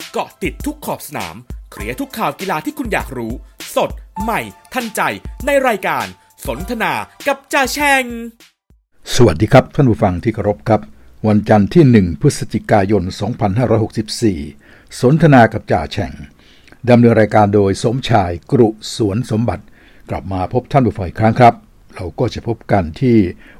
เกาะติดทุกขอบสนามเคลียร์ทุกข่าวกีฬาที่คุณอยากรู้สดใหม่ทันใจในรายการสนทนากับจ่าแฉ่งสวัสดีครับท่านผู้ฟังที่เคารพครับวันจันทร์ที่1พฤศจิกายน2564สนทนากับจ่าแฉ่งดำเนินรายการโดยสมชายกรุสวนสมบัติกลับมาพบท่านผู้ฟังอีกครั้งครับเราก็จะพบกันที่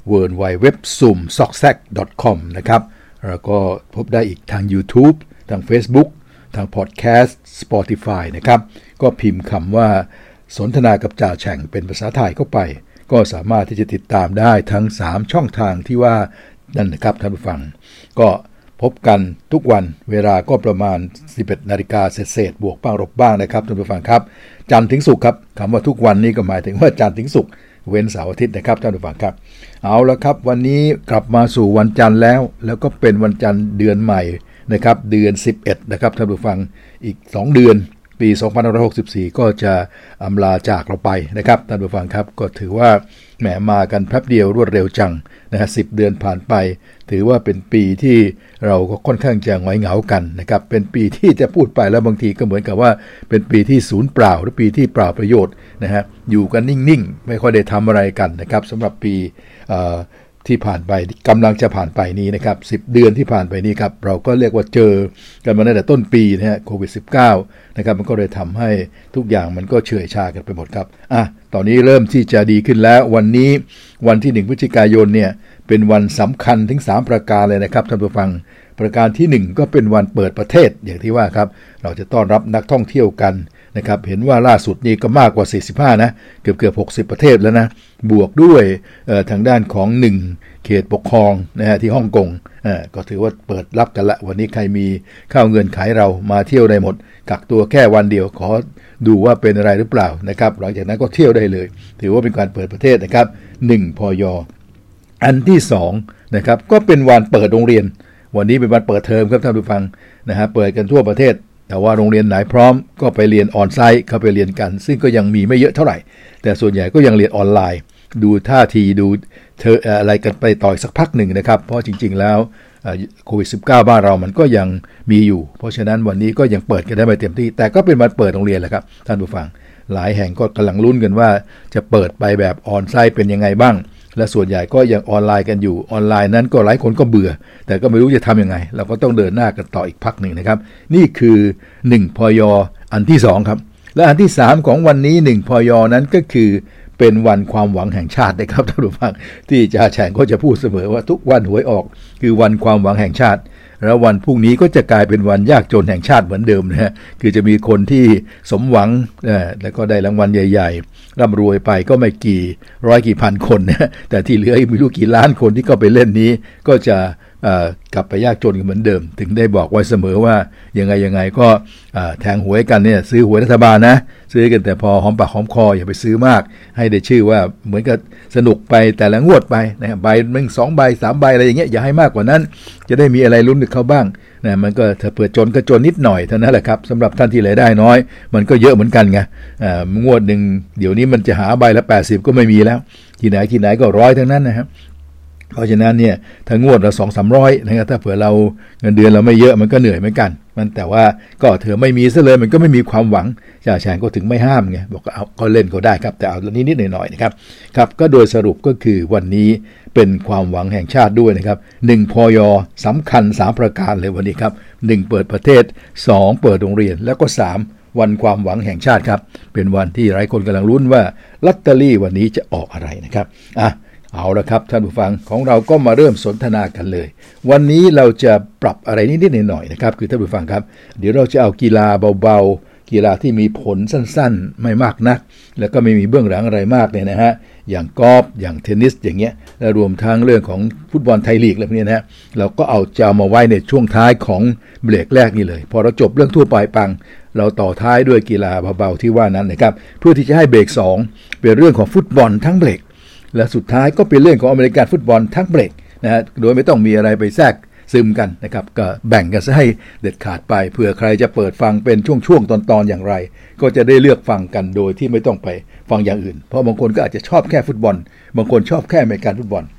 www.zoomsocksack.com นะครับแล้วก็พบได้อีกทาง YouTube ทาง Facebook ทาง Podcast Spotify นะครับก็พิมพ์คำว่าสนทนากับจ่าแฉ่งเป็นภาษาไทยเข้าไปก็สามารถที่จะติดตามได้ทั้ง3ช่องทางที่ว่านั่นนะครับท่านผู้ฟังก็พบกันทุกวันเวลาก็ประมาณ 11:00 นเศษบวกบ้างลบบ้างนะครับท่านผู้ฟังครับจันทร์ถึงศุกร์ครับคำว่าทุกวันนี้ก็หมายถึงว่าจันทร์ถึงศุกร์เว้นเสาร์อาทิตย์นะครับท่านผู้ฟังครับเอาละครับวันนี้กลับมาสู่วันจันทร์แล้วก็เป็นวันจันทร์เดือนใหม่นะครับเดือน11นะครับท่านผู้ฟังอีก2เดือนปี2564ก็จะอำลาจากเราไปนะครับท่านผู้ฟังครับก็ถือว่าแหมมากันแป๊บเดียวรวดเร็วจังนะฮะ10เดือนผ่านไปถือว่าเป็นปีที่เราก็ค่อนข้างจะหงอยเหงากันนะครับเป็นปีที่จะพูดไปแล้วบางทีก็เหมือนกับว่าเป็นปีที่ศูนย์เปล่าหรือปีที่เปล่าประโยชน์นะฮะอยู่กันนิ่งๆไม่ค่อยได้ทำอะไรกันนะครับสำหรับปีที่ผ่านไปกำลังจะผ่านไปนี้นะครับ10เดือนที่ผ่านไปนี้ครับเราก็เรียกว่าเจอกันมาตั้งแต่ต้นปีนะฮะโควิด-19 นะครับมันก็เลยทำให้ทุกอย่างมันก็เฉื่อยชากันไปหมดครับตอนนี้เริ่มที่จะดีขึ้นแล้ววันนี้วันที่1พฤศจิกายนเนี่ยเป็นวันสำคัญถึง3ประการเลยนะครับท่านผู้ฟังประการที่1ก็เป็นวันเปิดประเทศอย่างที่ว่าครับเราจะต้อนรับนักท่องเที่ยวกันนะครับเห็นว่าล่าสุดนี้ก็มากกว่า45นะเกือบ60ประเทศแล้วนะบวกด้วยทางด้านของ1เขตปกครองนะฮะที่ฮ่องกงก็ถือว่าเปิดรับกันละวันนี้ใครมีข้าวเงินขายเรามาเที่ยวได้หมดกักตัวแค่วันเดียวขอดูว่าเป็นอะไรหรือเปล่านะครับหลังจากนั้นก็เที่ยวได้เลยถือว่าเป็นการเปิดประเทศนะครับ1พย.อันที่2นะครับก็เป็นวันเปิดโรงเรียนวันนี้เป็นวันเปิดเทอมครับท่านผู้ฟังนะฮะเปิดกันทั่วประเทศแต่ว่าโรงเรียนไหนพร้อมก็ไปเรียนออนไซต์เข้าไปเรียนกันซึ่งก็ยังมีไม่เยอะเท่าไหร่แต่ส่วนใหญ่ก็ยังเรียนออนไลน์ดูท่าทีดูอะไรกันไปต่ออีกสักพักหนึ่งนะครับเพราะจริงๆแล้วโควิด-19 บ้านเรามันก็ยังมีอยู่เพราะฉะนั้นวันนี้ก็ยังเปิดกันได้ไม่เต็มที่แต่ก็เป็นวันเปิดโรงเรียนแหละครับท่านผู้ฟังหลายแห่งก็กำลังลุ้นกันว่าจะเปิดไปแบบออนไซต์เป็นยังไงบ้างและส่วนใหญ่ก็ยังออนไลน์กันอยู่ออนไลน์นั้นก็หลายคนก็เบื่อแต่ก็ไม่รู้จะทำยังไงเราก็ต้องเดินหน้ากันต่ออีกพักหนึ่งนะครับนี่คือ1พย.อันที่2ครับและอันที่3ของวันนี้1พย.นั้นก็คือเป็นวันความหวังแห่งชาตินะครับท่านผู้ฟังที่จ่าแฉ่งก็จะพูดเสมอว่าทุกวันหวยออกคือวันความหวังแห่งชาติแล้ววันพรุ่งนี้ก็จะกลายเป็นวันยากจนแห่งชาติเหมือนเดิมนะฮะคือจะมีคนที่สมหวังแล้วก็ได้รางวัลใหญ่ๆร่ำรวยไปก็ไม่กี่ร้อยกี่พันคนนะแต่ที่เหลืออีกไม่รู้กี่ล้านคนที่ก็ไปเล่นนี้ก็จะกลับไปยากจนกันเหมือนเดิมถึงได้บอกไว้เสมอว่ายังไงก็แทงหวยกันเนี่ยซื้อหวยรัฐบาลนะซื้อกันแต่พอหอมปากหอมคออย่าไปซื้อมากให้ได้ชื่อว่าเหมือนกับสนุกไปแต่ละงวดไปนะใบนึง2ใบ3ใบอะไรอย่างเงี้ยอย่าให้มากกว่านั้นจะได้มีอะไรลุ้นกับเขาบ้างนะมันก็ถ้าเผื่อจนก็จนนิดหน่อยเท่านั้นแหละครับสำหรับท่านที่รายได้น้อยมันก็เยอะเหมือนกันไงงวดนึงเดี๋ยวนี้มันจะหาใบละ80ก็ไม่มีแล้วที่ไหนก็100ทั้งนั้นนะครับเพราะฉะนั้นเนี่ยถ้างวดละ 200-300 นะครับถ้าเผื่อเราเงินเดือนเราไม่เยอะมันก็เหนื่อยเหมือนกันมันแต่ว่าก็เถอะไม่มีซะเลยมันก็ไม่มีความหวังจ่าแฉ่งก็ถึงไม่ห้ามไงบอกเอาก็เล่นก็ได้ครับแต่เอานิดๆหน่อยๆนะครับครับก็โดยสรุปก็คือวันนี้เป็นความหวังแห่งชาติด้วยนะครับ1พย.สำคัญ3ประการเลยวันนี้ครับ1เปิดประเทศ2เปิดโรงเรียนแล้วก็3วันความหวังแห่งชาติครับเป็นวันที่หลายคนกำลังลุ้นว่าลอตเตอรี่วันนี้จะออกอะไรนะครับเอาละครับท่านผู้ฟังของเราก็มาเริ่มสนทนากันเลยวันนี้เราจะปรับอะไรนิดๆหน่อยๆนะครับคือท่านผู้ฟังครับเดี๋ยวเราจะเอากีฬาเบาๆกีฬาที่มีผลสั้นๆไม่มากนักแล้วก็ไม่มีเบื้องหลังอะไรมากเนี่ยนะฮะอย่างกอล์ฟอย่างเทนนิสอย่างเงี้ยและรวมทั้งเรื่องของฟุตบอลไทยลีกอะไรพวกนี้นะฮะเราก็จะเอามาไว้ในช่วงท้ายของเบรกแรกนี่เลยพอเราจบเรื่องทั่วไปปังเราต่อท้ายด้วยกีฬาเบาๆที่ว่านั้นนะครับเพื่อที่จะให้เบรก2เป็นเรื่องของฟุตบอลทั้งเบรกและสุดท้ายก็เป็นเรื่องของอเมริกันฟุตบอลทั้งเบรกนะฮะโดยไม่ต้องมีอะไรไปแทรกซึมกันนะครับก็แบ่งกันซะให้เด็ดขาดไปเผื่อใครจะเปิดฟังเป็นช่วงๆตอนๆอย่างไรก็จะได้เลือกฟังกันโดยที่ไม่ต้องไปฟังอย่างอื่นเพราะบางคนก็อาจจะชอบแค่ฟุตบอลบางคนชอบแค่อเมริกันฟุตบอล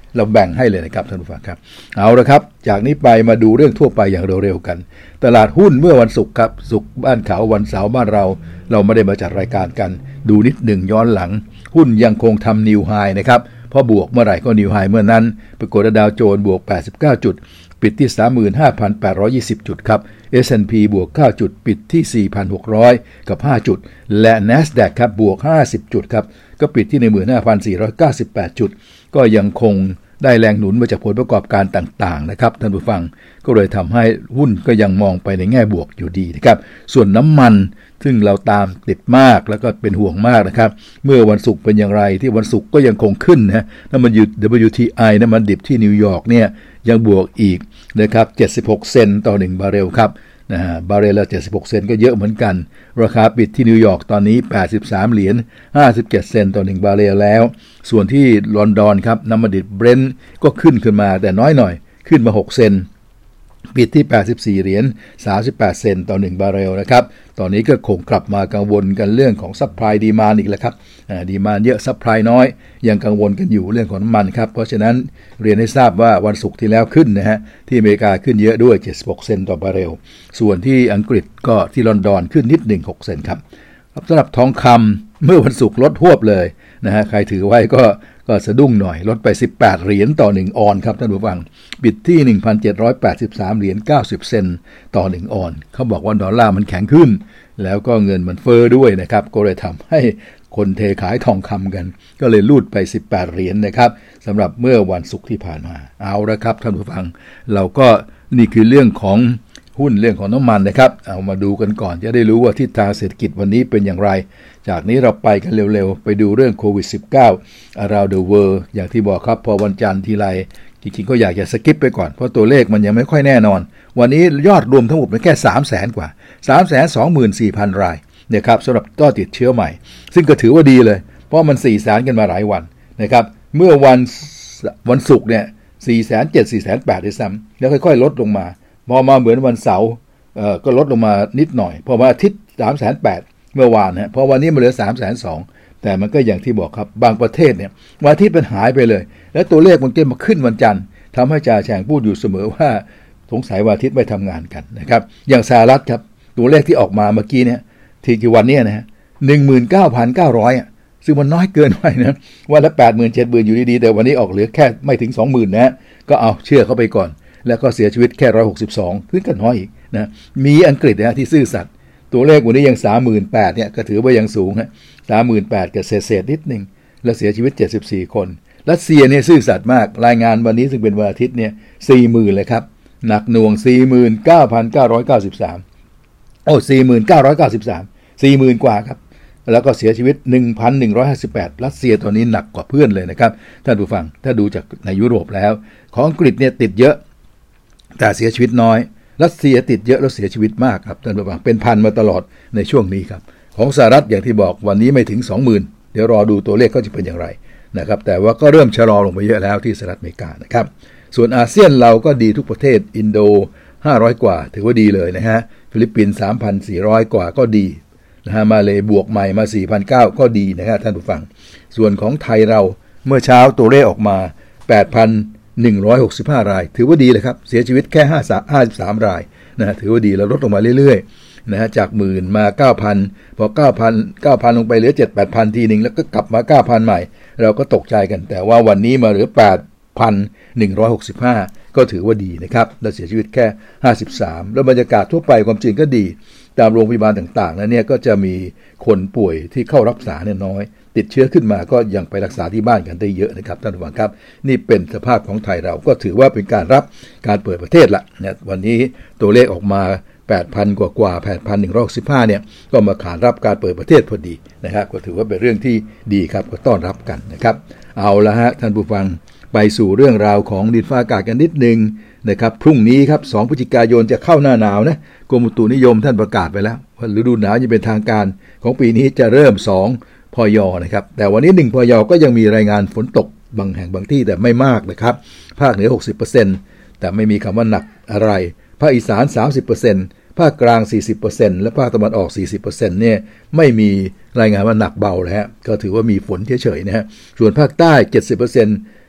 เราแบ่งให้เลยนะครับท่านผู้ฟังครับเอาละครับจากนี้ไปมาดูเรื่องทั่วไปอย่างเร็วๆกันตลาดหุ้นเมื่อวันศุกร์ครับศุกร์บ้านเขาวันเสาร์บ้านเราไม่ได้มาจัดรายการกันดูนิดหนึ่งย้อนหลังหุ้นยังคงทำนิวไฮนะครับพอบวกเมื่อไหร่ก็นิวไฮเมื่อนั้นปรากฏดาวโจนส์บวก89จุดปิดที่ 35,820 จุดครับ S&P บวก9จุดปิดที่ 4,600 กับ5จุดและ NASDAQ ครับบวก50จุดครับก็ปิดที่ 15,498 จุดก็ยังคงได้แรงหนุนมาจากผลประกอบการต่างๆนะครับท่านผู้ฟังก็เลยทำให้หุ้นก็ยังมองไปในแง่บวกอยู่ดีนะครับส่วนน้ำมันซึ่งเราตามติดมากแล้วก็เป็นห่วงมากนะครับเมื่อวันศุกร์เป็นอย่างไรที่วันศุกร์ก็ยังคงขึ้นนะน้ำมัน WTI น้ำมันดิบที่นิวยอร์กเนี่ยยังบวกอีกนะครับ76เซนต์ต่อ1บาร์เรลครับบาร์เรลละ76เซนต์ก็เยอะเหมือนกันราคาปิดที่นิวยอร์กตอนนี้83เหรียญ57เซนต์ต่อ1บาร์เรลแล้วส่วนที่ลอนดอนครับน้ำมันดิบเบรนท์ก็ขึ้นมาแต่น้อยหน่อยขึ้นมา6เซนต์ปิดที่84เหรียญ38เซนต์ต่อ1บาร์เรลนะครับตอนนี้ก็คงกลับมากังวลกันเรื่องของซัพพลายดีมานด์อีกแล้วครับดีมานด์เยอะซัพพลายน้อยยังกังวลกันอยู่เรื่องของน้ำมันครับเพราะฉะนั้นเรียนให้ทราบว่าวันศุกร์ที่แล้วขึ้นนะฮะที่อเมริกาขึ้นเยอะด้วย76เซนต์ต่อบาร์เรลส่วนที่อังกฤษก็ที่ลอนดอนขึ้นนิดหนึ่ง6เซนต์ครับสำหรับทองคำเมื่อวันศุกร์ลดหวบเลยนะฮะใครถือไว้ก็สะดุ้งหน่อยลดไป18เหรียญต่อ1ออนซ์ครับท่านผู้ฟังปิดที่ 1,783 เหรียญ90เซนต์ต่อ1ออนซ์เขาบอกว่าดอลลาร์มันแข็งขึ้นแล้วก็เงินมันเฟ้อด้วยนะครับก็เลยทำให้คนเทขายทองคำกันก็เลยลูดไป18เหรียญนะครับสำหรับเมื่อวันศุกร์ที่ผ่านมาเอาละครับท่านผู้ฟังเราก็นี่คือเรื่องของหุ้นเรื่องของน้ำมันนะครับเอามาดูกันก่อนจะได้รู้ว่าทิศทางเศรษฐกิจวันนี้เป็นอย่างไรจากนี้เราไปกันเร็วๆไปดูเรื่องโควิด -19 around the world อย่างที่บอกครับพอวันจันทร์ทีไรจริงๆก็อยากจะสกิปไปก่อนเพราะตัวเลขมันยังไม่ค่อยแน่นอนวันนี้ยอดรวมทั้งหมดเป็นแค่ 300,000 กว่า 324,000 รายเนี่ยครับสำหรับยอดติดเชื้อใหม่ซึ่งก็ถือว่าดีเลยเพราะมัน 400,000 กันมาหลายวันนะครับเมื่อวันศุกร์เนี่ย 407,000 408,000 ด้วยซ้ำแล้วค่อยๆลดลงมาพอมาเหมือนวันเสาร์ก็ลดลงมานิดหน่อยพอมาอาทิตย์ 308,000 เมื่อวานนะพอวันนี้มาเหลือ 302,000 แต่มันก็อย่างที่บอกครับบางประเทศเนี่ยวันอาทิตย์มันหายไปเลยแล้วตัวเลขมันก็มาขึ้นวันจันทร์ทำให้จ่าแฉงพูดอยู่เสมอว่าสงสัยวันอาทิตย์ไม่ทำงานกันนะครับอย่างสหรัฐครับตัวเลขที่ออกมาเมื่อกี้เนี่ยที่วันนี้นะฮะ 19,900 ซึ่งมันน้อยเกินไปนะวันละ 80,000 70,000 อยู่ดีๆแต่วันนี้ออกเหลือแค่ไม่ถึง 20,000 นะฮะก็เอาเชื่อเข้าไปก่อนแล้วก็เสียชีวิตแค่162ซึ่งก็น้อยอีกนะมีอังกฤษนะที่ซื่อสัตย์ตัวเลขวันนี้ยัง 38,000 เนี่ยก็ถือว่ายังสูงฮะ 38,000 กับเศษนิดนึงแล้วเสียชีวิต74คนรัสเซียเนี่ยซื่อสัตย์มากรายงานวันนี้ซึ่งเป็นวันอาทิตย์เนี่ย 40,000 เลยครับหนักหน่วง 49,993 49,993 40,000 กว่าครับแล้วก็เสียชีวิต 1,158 รัสเซียตอนนี้หนักกว่าเพื่อนเลยนะครับท่านผู้ฟังถ้าดูจากในยุโรปแล้วของอังกฤษเนี่ยติดเยอะแต่เสียชีวิตน้อยรัสเซียติดเยอะแล้วเสียชีวิตมากครับท่านผู้ฟังเป็นพันมาตลอดในช่วงนี้ครับของสหรัฐอย่างที่บอกวันนี้ไม่ถึง 20,000 เดี๋ยวรอดูตัวเลขก็จะเป็นอย่างไรนะครับแต่ว่าก็เริ่มชะลอลงไปเยอะแล้วที่สหรัฐอเมริกานะครับส่วนอาเซียนเราก็ดีทุกประเทศอินโด500กว่าถือว่าดีเลยนะฮะฟิลิปปินส์ 3,400 กว่าก็ดีนะฮะมาเลบวกใหม่มา 4,900 ก็ดีนะครับท่านผู้ฟังส่วนของไทยเราเมื่อเช้าตัวเลขออกมา 8,165 รายถือว่าดีเลยครับเสียชีวิตแค่53รายนะถือว่าดีแล้วลดลงมาเรื่อยๆนะฮะจากหมื่นมา 9,000 พอ 9,000 ลงไปเหลือ 7-8,000 ทีนึงแล้วก็กลับมา 9,000 ใหม่เราก็ตกใจกันแต่ว่าวันนี้มาเหลือ 8,165 ก็ถือว่าดีนะครับและเสียชีวิตแค่53แล้วบรรยากาศทั่วไปความจริงก็ดีตามโรงพยาบาลต่างๆแล้วเนี่ยก็จะมีคนป่วยที่เข้ารักษาเนี่ยน้อยติดเชื้อขึ้นมาก็ยังไปรักษาที่บ้านกันได้เยอะนะครับท่านผู้ฟังครับนี่เป็นสภาพของไทยเราก็ถือว่าเป็นการรับการเปิดประเทศละเนี่ยวันนี้ตัวเลขออกมา 8,000 กว่า 8,165 เนี่ยก็มาขานรับการเปิดประเทศพอดีนะครับก็ถือว่าเป็นเรื่องที่ดีครับก็ต้อนรับกันนะครับเอาละฮะท่านผู้ฟังไปสู่เรื่องราวของดินฟ้าอากาศกันนิดนึงนะครับพรุ่งนี้ครับ2พฤศจิกายนจะเข้าหน้าหนาวนะกรมอุตุนิยมท่านประกาศไปแล้วว่าฤดูหนาวจะเป็นทางการของปีนี้จะเริ่ม2พยนะครับแต่วันนี้1พยก็ยังมีรายงานฝนตกบางแห่งบางที่แต่ไม่มากนะครับภาคเหนือ 60% แต่ไม่มีคำว่าหนักอะไรภาคอีสาน 30%ภาคกลาง 40% และภาคตะวันออก 40% เนี่ยไม่มีรายงานว่าหนักเบาเลยฮะก็ถือว่ามีฝนเฉยๆนะฮะส่วนภาคใต้ 70%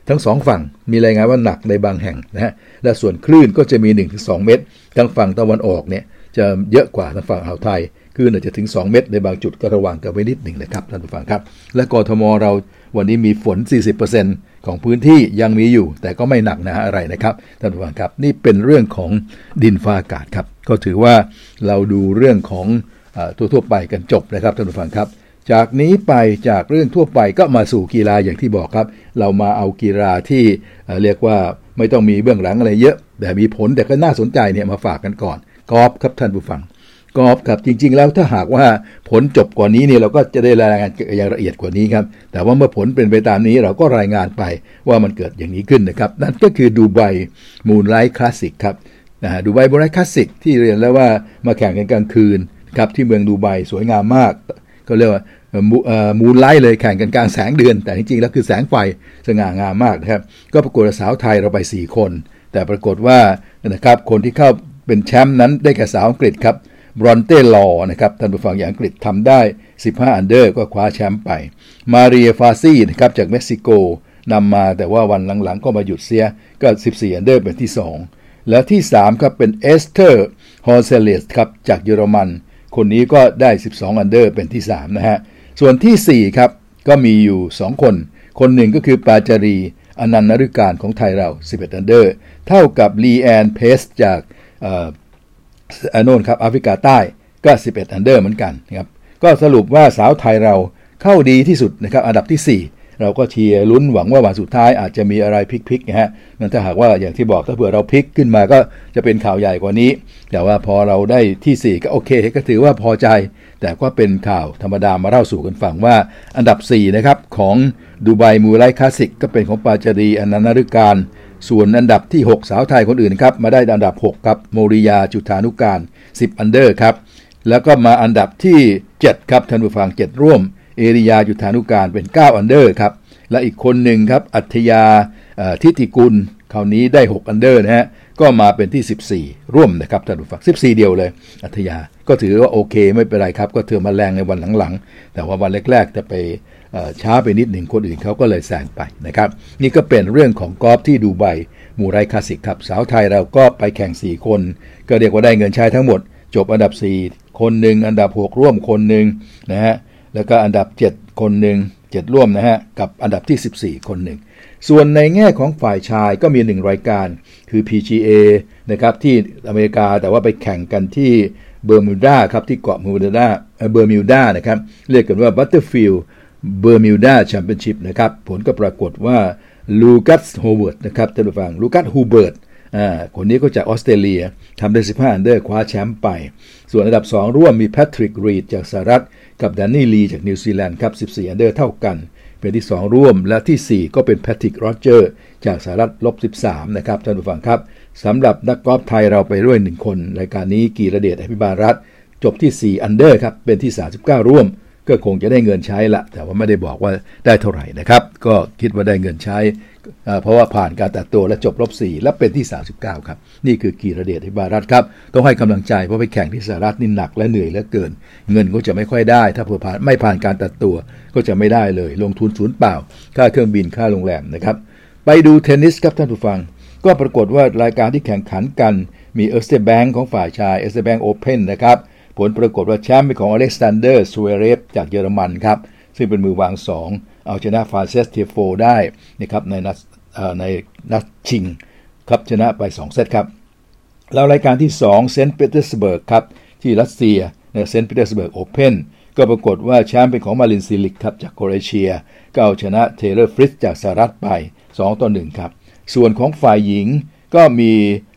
ทั้ง2ฝั่งมีรายงานว่าหนักในบางแห่งนะฮะและส่วนคลื่นก็จะมี 1-2 เมตรทางฝั่งตะวันออกเนี่ยจะเยอะกว่าทางฝั่งอ่าวไทยคลื่นอาจจะถึง2 เมตรในบางจุดก็ระวังกันไว้นิดหนึ่งนะครับท่านผู้ฟังครับและกทมเราวันนี้มีฝน 40% ของพื้นที่ยังมีอยู่แต่ก็ไม่หนักนะอะไรนะครับท่านผู้ฟังครับนี่เป็นเรื่องของดินฟ้าอากาศครับก็ถือว่าเราดูเรื่องของทั่วไปกันจบนะครับท่านผู้ฟังครับจากนี้ไปจากเรื่องทั่วไปก็มาสู่กีฬาอย่างที่บอกครับเรามาเอากีฬาที่เรียกว่าไม่ต้องมีเบื้องหลังอะไรเยอะแต่มีผลแต่ก็น่าสนใจเนี่ยมาฝากกันก่อนกอล์ฟครับท่านผู้ฟังกอล์ฟครับจริงๆแล้วถ้าหากว่าผลจบกว่านี้เนี่ยเราก็จะได้รายงานอย่างละเอียดกว่านี้ครับแต่ว่าเมื่อผลเป็นไปตามนี้เราก็รายงานไปว่ามันเกิดอย่างนี้ขึ้นนะครับนั่นก็คือดูไบมูนไลท์คลาสสิกครับดูไบมูนไลท์คลาสสิกที่เรียนแล้วว่ามาแข่งกันกลางคืนครับที่เมืองดูไบสวยงามมากก็เรียกว่ามูนไลท์เลยแข่งกันกลางแสงเดือนแต่จริงๆแล้วคือแสงไฟสง่างามมากนะครับก็ปรากฏสาวไทยเราไป4คนแต่ปรากฏว่านะครับคนที่เข้าเป็นแชมป์นั้นได้แก่สาวอังกฤษครับบรอนเต้ลอนะครับท่านผู้ฟังอย่างอังกฤษทำได้15อันเดอร์ก็คว้าแชมป์ไปมาเรียฟาซี่นะครับจากเม็กซิโกนำมาแต่ว่าวันหลังๆก็มาหยุดเสียก็14อันเดอร์เป็นที่2และที่3ครับเป็นเอสเตอร์ฮอร์เซเลสครับจากเยอรมันคนนี้ก็ได้12อันเดอร์เป็นที่3นะฮะส่วนที่4ครับก็มีอยู่2คนหนึ่งก็คือปาจารีอนันต์นฤการของไทยเรา11อันเดอร์เท่ากับลีแอนเพสจากโน่นครับแอฟริกาใต้ก็11อันเดอร์เหมือนกันนะครับก็สรุปว่าสาวไทยเราเข้าดีที่สุดนะครับอันดับที่4เราก็เชียร์ลุ้นหวังว่าวันสุดท้ายอาจจะมีอะไรพลิกๆนะฮะงั้นถ้าหากว่าอย่างที่บอกถ้าเผื่อเราพลิกขึ้นมาก็จะเป็นข่าวใหญ่กว่านี้แต่ว่าพอเราได้ที่4ก็โอเคก็ถือว่าพอใจแต่ก็เป็นข่าวธรรมดามาเล่าสู่กันฟังว่าอันดับ4นะครับของดูไบมูนไลท์คลาสสิกก็เป็นของปาจารีอนันต์นฤการส่วนอันดับที่6สาวไทยคนอื่นครับมาได้อันดับ6ครับโมริยาจุฑานุการ10อันเดอร์ครับแล้วก็มาอันดับที่7ครับท่านผู้ฟัง7ร่วมเอริยาจุฑานุการเป็น9อันเดอร์ครับและอีกคนหนึ่งครับอัธยาทิติกุลคราวนี้ได้6อันเดอร์นะฮะก็มาเป็นที่14ร่วมนะครับท่านผู้ฟัง14เดียวเลยอัธยาก็ถือว่าโอเคไม่เป็นไรครับก็เธอมาแรงในวันหลังๆแต่ว่าวันแรกๆจะไปช้าไปนิดหนึ่งคนอื่นเขาก็เลยแซงไปนะครับนี่ก็เป็นเรื่องของกอล์ฟที่ดูไบมูไรคลาสสิกครับสาวไทยเราก็ไปแข่ง4คนก็เรียกว่าได้เงินใช้ทั้งหมดจบอันดับ4คนหนึ่งอันดับ6ร่วมคนหนึ่งนะฮะแล้วก็อันดับ7คนหนึ่ง7ร่วมนะฮะกับอันดับที่14คนหนึ่งส่วนในแง่ของฝ่ายชายก็มี1รายการคือ PGA นะครับที่อเมริกาแต่ว่าไปแข่งกันที่เบอร์มิวดาครับที่เกาะเบอร์มิวดานะครับเรียกกันว่าบัตเตอร์ฟิลด์เบอร์มิวดาแชมเปี้ยนชิพนะครับผลก็ปรากฏว่าลูคัสโฮเวิร์ดนะครับท่านผู้ฟังลูคัสฮูเบิร์ตคนนี้ก็จากออสเตรเลียทำได้15อันเดอร์คว้าแชมป์ไปส่วนอันดับ2ร่วมมีแพทริกรีดจากสหรัฐกับแดนนี่ลีจากนิวซีแลนด์ครับ14อันเดอร์เท่ากันเป็นที่2ร่วมและที่4ก็เป็นแพทริกโรเจอร์จากสหรัฐ-13นะครับท่านผู้ฟังครับสำหรับนักกอล์ฟไทยเราไปด้วย1คนรายการนี้กีรเดชอภิบาลรัตน์จบที่4อันเดอร์ครับเป็นที่39ร่วมก็คงจะได้เงินใช้ละแต่ว่าไม่ได้บอกว่าได้เท่าไหร่นะครับก็คิดว่าได้เงินใช้เพราะว่าผ่านการตัดตัวและจบ-4และเป็นที่39ครับนี่คือกีรเดชอภิบาลรัตน์ครับต้องให้กำลังใจเพราะไปแข่งที่สหรัฐนี่หนักและเหนื่อยเหลือเกินเงินก็จะไม่ค่อยได้ถ้าไม่ผ่านการตัดตัวก็จะไม่ได้เลยลงทุนศูนย์เปล่าค่าเครื่องบินค่าโรงแรมนะครับไปดูเทนนิสครับท่านผู้ฟังก็ปรากฏว่ารายการที่แข่งขันกันมีเอสเตแบงของฝ่ายชายเอสเตแบงโอเพ่นนะครับผลปรากฏว่าแชมป์เป็นของอเล็กซานเดอร์สเวเรฟจากเยอรมันครับซึ่งเป็นมือวาง2เอาชนะฟาเซสเทโฟได้นะครับในนัดชิงครับชนะไป2เซตครับแล้วรายการที่2เซนต์ปีเตอร์สเบิร์กครับที่รัสเซียในเซนต์ปีเตอร์สเบิร์กโอเพ่นก็ปรากฏว่าแชมป์เป็นของมารินซิลิกครับจากโครเอเชียก็เอาชนะเทเลอร์ฟริตจากสหรัฐไป2-1ครับส่วนของฝ่ายหญิงก็มี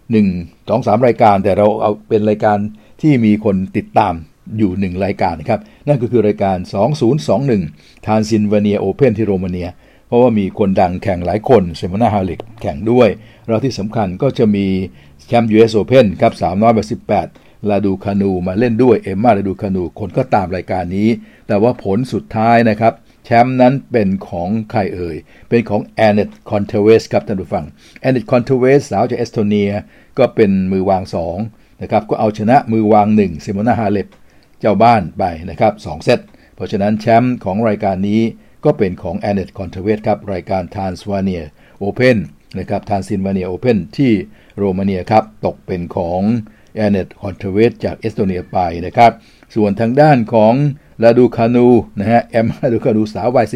1 2 3รายการแต่เราเอาเป็นรายการที่มีคนติดตามอยู่1รายการนะครับนั่นก็คือรายการ2021ทานซิลเวเนียโอเพ่นที่โรมาเนียเพราะว่ามีคนดังแข่งหลายคนเซโมนาฮาลิกแข่งด้วยแล้วที่สำคัญก็จะมีแชมป์ US Open ครับ318ลาดูคานูมาเล่นด้วยเอมม่าลาดูคานูคนก็ตามรายการนี้แต่ว่าผลสุดท้ายนะครับแชมป์นั้นเป็นของใครเอ่ยเป็นของแอนเนตคอนเทเวสครับท่านผู้ฟังแอนเนตคอนเทเวสสาวจากเอสโตเนียก็เป็นมือวาง2นะครับก็เอาชนะมือวาง1ซิโมนาฮาเลปเจ้าบ้านไปนะครับ2เซตเพราะฉะนั้นแชมป์ของรายการนี้ก็เป็นของแอนเนตคอนเทเวสครับรายการทรานซิลเวเนียโอเพ่นนะครับทรานซิลเวเนียโอเพ่นที่โรมาเนียครับตกเป็นของแอนเนต คอนเทเวสจากเอสโตเนียไปนะครับส่วนทางด้านของลาดูคานูนะฮะแอมลาดูคานูสาววัย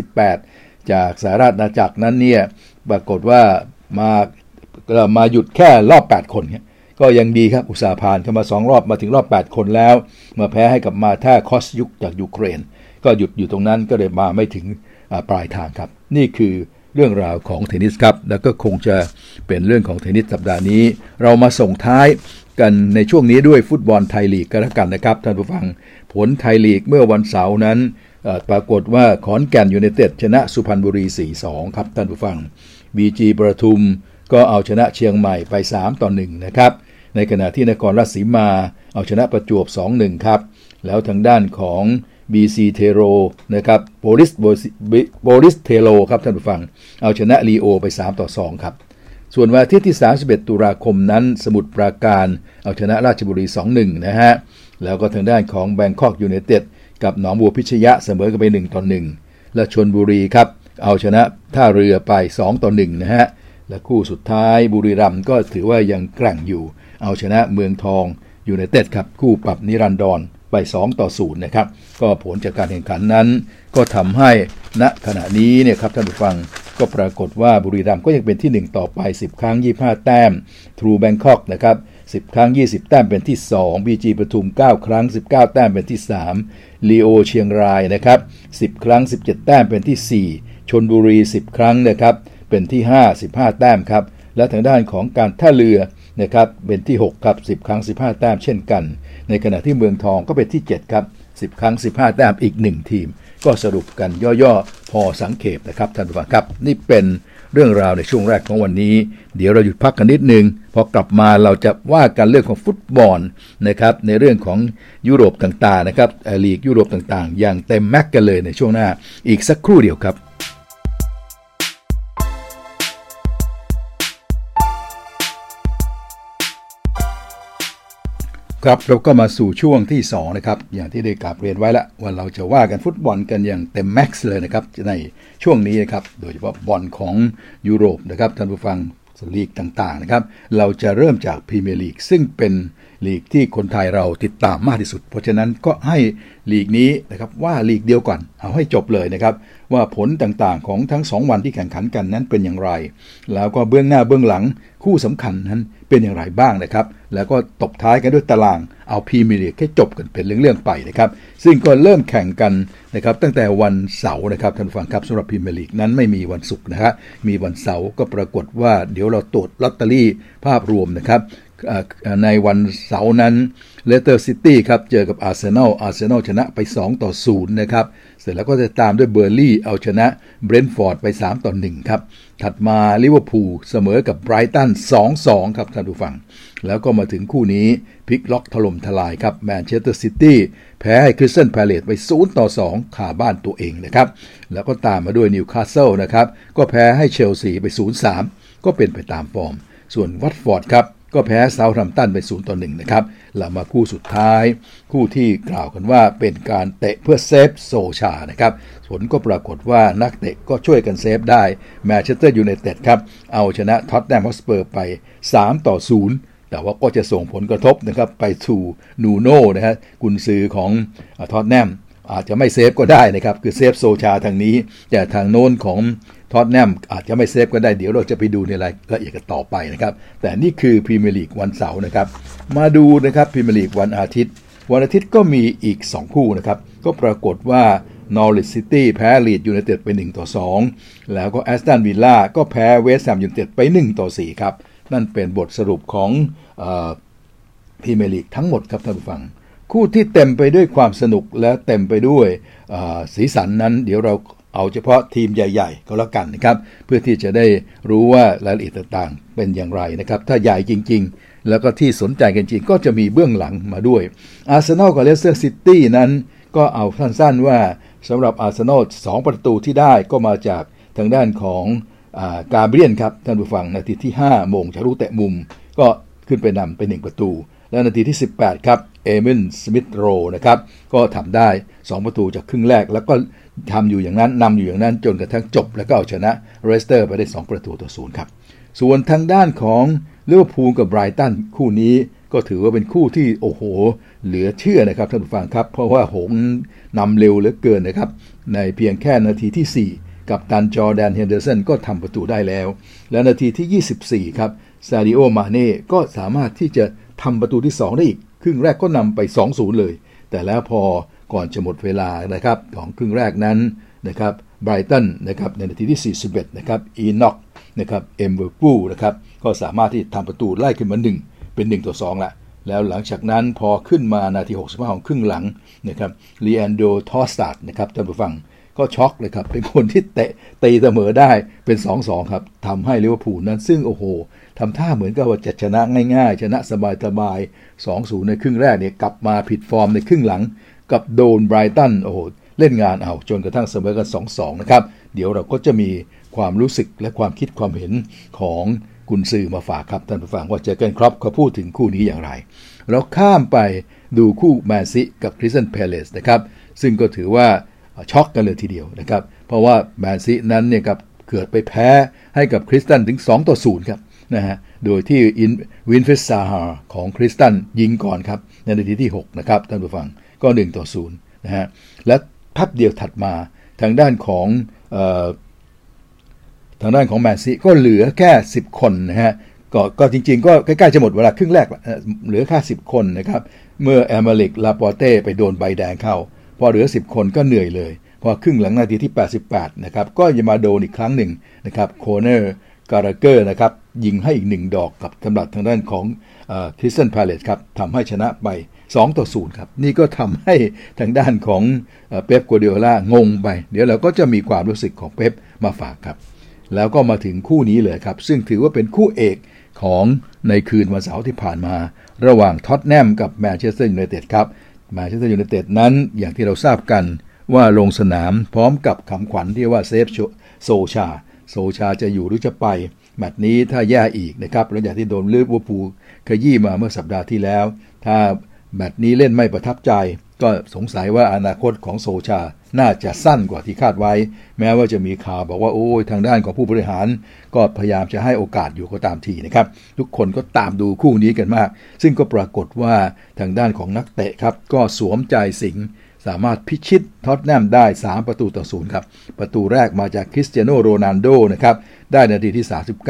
18จากสหราชอาณาจักรนั้นเนี่ยปรากฏว่ามาหยุดแค่รอบ8คนก็ยังดีครับอุตสาห์ผ่านเข้ามา2รอบมาถึงรอบ8คนแล้วมาแพ้ให้กับมาท่าคอสยุกจากยูเครนก็หยุดอยู่ตรงนั้นก็เลยมาไม่ถึงปลายทางครับนี่คือเรื่องราวของเทนนิสครับแล้วก็คงจะเป็นเรื่องของเทนนิสสัปดาห์นี้เรามาส่งท้ายกันในช่วงนี้ด้วยฟุตบอลไทยลีกกันแล้วกันนะครับท่านผู้ฟังผลไทยลีกเมื่อวันเสาร์นั้นปรากฏว่าขอนแก่นยูไนเต็ดชนะสุพรรณบุรี 4-2 ครับท่านผู้ฟัง BG ประทุมก็เอาชนะเชียงใหม่ไป 3-1 นะครับในขณะที่นครราชสีมาเอาชนะประจวบ 2-1 ครับแล้วทางด้านของ BC เทโรนะครับโบริสเทโรครับท่านผู้ฟังเอาชนะลีโอไป 3-2 ครับส่วนวันอาทิตย์ที่31ตุลาคมนั้นสมุทรปราการเอาชนะราชบุรี 2-1 นะฮะแล้วก็ทางด้านของแบงคอกยูไนเต็ดกับหนองบัวพิชยะเสมอกันไป 1-1 และชลบุรีครับเอาชนะท่าเรือไป 2-1 นะฮะและคู่สุดท้ายบุรีรัมย์ก็ถือว่ายังแกร่งอยู่เอาชนะเมืองทองยูไนเต็ดครับคู่ปรับนิรันดรไป 2-0 นะครับก็ผลจากการแข่งขันนั้นก็ทำให้ณขณะนี้เนี่ยครับท่านผู้ฟังก็ปรากฏว่าบุรีรัมย์ก็ยังเป็นที่1ต่อไป10ครั้ง25แต้ม True Bangkok นะครับ10ครั้ง20แต้มเป็นที่2 BG ปทุม9ครั้ง19แต้มเป็นที่3 Leo เชียงรายนะครับ10ครั้ง17แต้มเป็นที่4ชลบุรี10ครั้งนะครับเป็นที่5 15แต้มครับและทางด้านของการท่าเรือนะครับเป็นที่6ครับ10ครั้ง15แต้มเช่นกันในขณะที่เมืองทองก็เป็นที่7ครับ10ครั้ง15แต้มอีก1ทีมก็สรุปกันย่อๆพอสังเขปนะครับท่านผู้ฟังครับนี่เป็นเรื่องราวในช่วงแรกของวันนี้เดี๋ยวเราหยุดพักกันนิดนึงพอกลับมาเราจะว่ากันเรื่องของฟุตบอลนะครับในเรื่องของยุโรปต่างๆนะครับลีกยุโรปต่างๆอย่างเต็มแม็กกันเลยในช่วงหน้าอีกสักครู่เดียวครับครับเราก็มาสู่ช่วงที่2นะครับอย่างที่ได้กล่าวเรียนไว้แล้วว่าเราจะว่ากันฟุตบอลกันอย่างเต็มแม็กซ์เลยนะครับในช่วงนี้นะครับโดยเฉพาะบอลของยุโรปนะครับท่านผู้ฟังลีกต่างๆนะครับเราจะเริ่มจากพรีเมียร์ลีกซึ่งเป็นลีกที่คนไทยเราติดตามมากที่สุดเพราะฉะนั้นก็ให้ลีกนี้นะครับว่าลีกเดียวก่อนเอาให้จบเลยนะครับว่าผลต่างๆของทั้ง2วันที่แข่งขันกันนั้นเป็นอย่างไรแล้วก็เบื้องหน้าเบื้องหลังคู่สำคัญนั้นเป็นอย่างไรบ้างนะครับแล้วก็ตบท้ายกันด้วยตารางเอาพรีเมียร์ลีกให้จบกันเป็นเรื่องๆไปนะครับซึ่งก็เริ่มแข่งกันนะครับตั้งแต่วันเสาร์นะครับท่านผู้ฟังครับสำหรับพรีเมียร์ลีกนั้นไม่มีวันศุกร์นะครับมีวันเสาร์ก็ปรากฏว่าเดี๋ยวเราตรวจลอตเตอรี่ภาพรวมนะครับในวันเสาร์นั้นเลสเตอร์ซิตี้ครับเจอกับอาร์เซนอลชนะไป2-0นะครับเสร็จแล้วก็จะตามด้วยเบอร์ลี่เอาชนะเบรนท์ฟอร์ดไป3-1ครับถัดมาลิเวอร์พูลเสมอกับไบรตัน 2-2 ครับท่านผู้ฟังแล้วก็มาถึงคู่นี้พลิกล็อกถล่มทลายครับแมนเชสเตอร์ซิตี้แพ้ให้คริสตัลพาเลซไป0-2คาบ้านตัวเองนะครับแล้วก็ตามมาด้วยนิวคาสเซิลนะครับก็แพ้ให้เชลซีไป 0-3 ก็เป็นไปตามฟอร์มส่วนวัตฟอร์ดครับก็แพ้เซาท์แฮมป์ตันไป0-1นะครับเรามาคู่สุดท้ายคู่ที่กล่าวกันว่าเป็นการเตะเพื่อเซฟโซชานะครับผลก็ปรากฏว่านักเตะก็ช่วยกันเซฟได้แมนเชสเตอร์ยูไนเต็ดครับเอาชนะท็อตแนมฮอตสเปอร์ไป3-0แต่ว่าก็จะส่งผลกระทบนะครับไปสู่นูโน่นะฮะกุนซือของท็อตแนมอาจจะไม่เซฟก็ได้นะครับคือเซฟโซชาทางนี้แต่ทางโน้นของท็อตแนมอาจจะไม่เซฟก็ได้เดี๋ยวเราจะไปดูในรายละเอียดกันต่อไปนะครับแต่นี่คือพรีเมียร์ลีกวันเสาร์นะครับมาดูนะครับพรีเมียร์ลีกวันอาทิตย์ก็มีอีก2คู่นะครับก็ปรากฏว่านอริทซิตี้แพ้ลีดยูไนเต็ดไป1-2แล้วก็แอสตันวิลล่าก็แพ้เวสต์แฮมยูไนเต็ดไป1-4ครับนั่นเป็นบทสรุปของพรีเมียร์ลีกทั้งหมดครับท่านผู้ฟังคู่ที่เต็มไปด้วยความสนุกและเต็มไปด้วยสีสันนั้นเดี๋ยวเราเอาเฉพาะทีมใหญ่ๆก็แล้วกันนะครับเพื่อที่จะได้รู้ว่ารายละเอียดต่างๆเป็นอย่างไรนะครับถ้าใหญ่จริงๆแล้วก็ที่สนใจกันจริงก็จะมีเบื้องหลังมาด้วยอาร์เซนอลกับเลสเตอร์ซิตี้นั้นก็เอาสั้นๆว่าสำหรับอาร์เซนอล2ประตูที่ได้ก็มาจากทางด้านของกาเบรียลครับท่านผู้ฟังนาทีที่5โมงชารุเตะมุมก็ขึ้นไปนำไป1ประตูและนาทีที่18ครับเอมินสมิธโรนะครับก็ทำได้2ประตูจากครึ่งแรกแล้วก็ทำอยู่อย่างนั้นนำอยู่อย่างนั้นจนกระทั่งจบแล้วก็เอาชนะเรสเตอร์ไปได้2ประตูต่อ0ครับส่วนทางด้านของลิเวอร์พูลกับไบรตันคู่นี้ก็ถือว่าเป็นคู่ที่โอ้โหเหลือเชื่อนะครับท่านผู้ฟังครับเพราะว่าหงนำเร็วเหลือเกินนะครับในเพียงแค่นาทีที่4กับตันจอร์แดนเฮนเดอร์สันก็ทำประตูได้แล้วและนาทีที่24ครับซาดิโอมาเน่ก็สามารถที่จะทำประตูที่2ได้อีกครึ่งแรกก็นำไป 2-0 เลยแต่แล้วพอก่อนจะหมดเวลานะครับของครึ่งแรกนั้นนะครับไบรตันนะครับในนาทีที่41นะครับอีน็อกนะครับเอมเบอร์กูนะครับก็สามารถที่ทำประตูไล่ขึ้นมาเป็น1-2ละแล้วหลังจากนั้นพอขึ้นมานาที65ของครึ่งหลังนะครับลีแอนโดทอสตาร์ดนะครับท่านผู้ฟังก็ช็อกเลยครับเป็นคนที่ตีเสมอได้เป็น 2-2 ครับทำให้ลิเวอร์พูลนั้นซึ่งโอ้โหทำท่าเหมือนกับว่าจะชนะง่ายๆชนะสบายๆ 2-0 ในครึ่งแรกเนี่ยกลับมาผิดฟอร์มในครึ่งหลังกับโดนไบรตันโอ้โหเล่นงานเอาจนกระทั่งเสมอกัน 2-2 นะครับเดี๋ยวเราก็จะมีความรู้สึกและความคิดความเห็นของกุนซือมาฝากครับท่านผู้ฟังว่าเจอร์เก้นคล็อปเขาพูดถึงคู่นี้อย่างไรเราข้ามไปดูคู่แมนซิกับคริสตัลพาเลซนะครับซึ่งก็ถือว่าช็อกกันเลยทีเดียวนะครับเพราะว่าแมนซินั้นเนี่ยครับเกิดไปแพ้ให้กับคริสตัลถึง 2-0 ครับนะฮะโดยที่วินเฟสซาฮาของคริสตัลยิงก่อนครับในนาทีที่6นะครับท่านผู้ฟังก็ 1-0 นะฮะและพักเดียวถัดมาทางด้านของแมนซิก็เหลือแค่10คนนะฮะก็จริงๆก็ใกล้ๆจะหมดเวลาครึ่งแรกเหลือแค่10คนนะครับเมื่อแอมาริกลาปอเต้ไปโดนใบแดงเข้าพอเหลือ10คนก็เหนื่อยเลยพอครึ่งหลังนาทีที่88นะครับก็จะมาโดนอีกครั้งหนึ่งนะครับโคเนอร์การ์เกอร์นะครับยิงให้อีก1ดอกกับสำหรับทางด้านของคริสตัลพาเลซครับทำให้ชนะไป2-0 ครับนี่ก็ทำให้ทางด้านของเป๊ปกัวร์ดิโอลางงไปเดี๋ยวเราก็จะมีความรู้สึกของเป๊ปมาฝากครับแล้วก็มาถึงคู่นี้เลยครับซึ่งถือว่าเป็นคู่เอกของในคืนวันเสาร์ที่ผ่านมาระหว่างท็อตแนมกับแมนเชสเตอร์ยูไนเต็ดครับแมนเชสเตอร์ยูไนเต็ดนั้นอย่างที่เราทราบกันว่าลงสนามพร้อมกับคำขวัญที่ว่าเซฟโซชาจะอยู่หรือจะไปแมตช์นี้ถ้าแย่อีกนะครับหลังจากที่โดนลิเวอร์พูลขยี้มาเมื่อสัปดาห์ที่แล้วถ้าแมตช์นี้เล่นไม่ประทับใจก็สงสัยว่าอนาคตของโซชาน่าจะสั้นกว่าที่คาดไว้แม้ว่าจะมีข่าวบอกว่าโอ้ยทางด้านของผู้บริหารก็พยายามจะให้โอกาสอยู่ก็ตามทีนะครับทุกคนก็ตามดูคู่นี้กันมากซึ่งก็ปรากฏว่าทางด้านของนักเตะครับก็สวมใจสิงสามารถพิชิตท็อตแนมได้3-0ครับประตูแรกมาจากคริสเตียโนโรนัลโดนะครับได้นาทีที่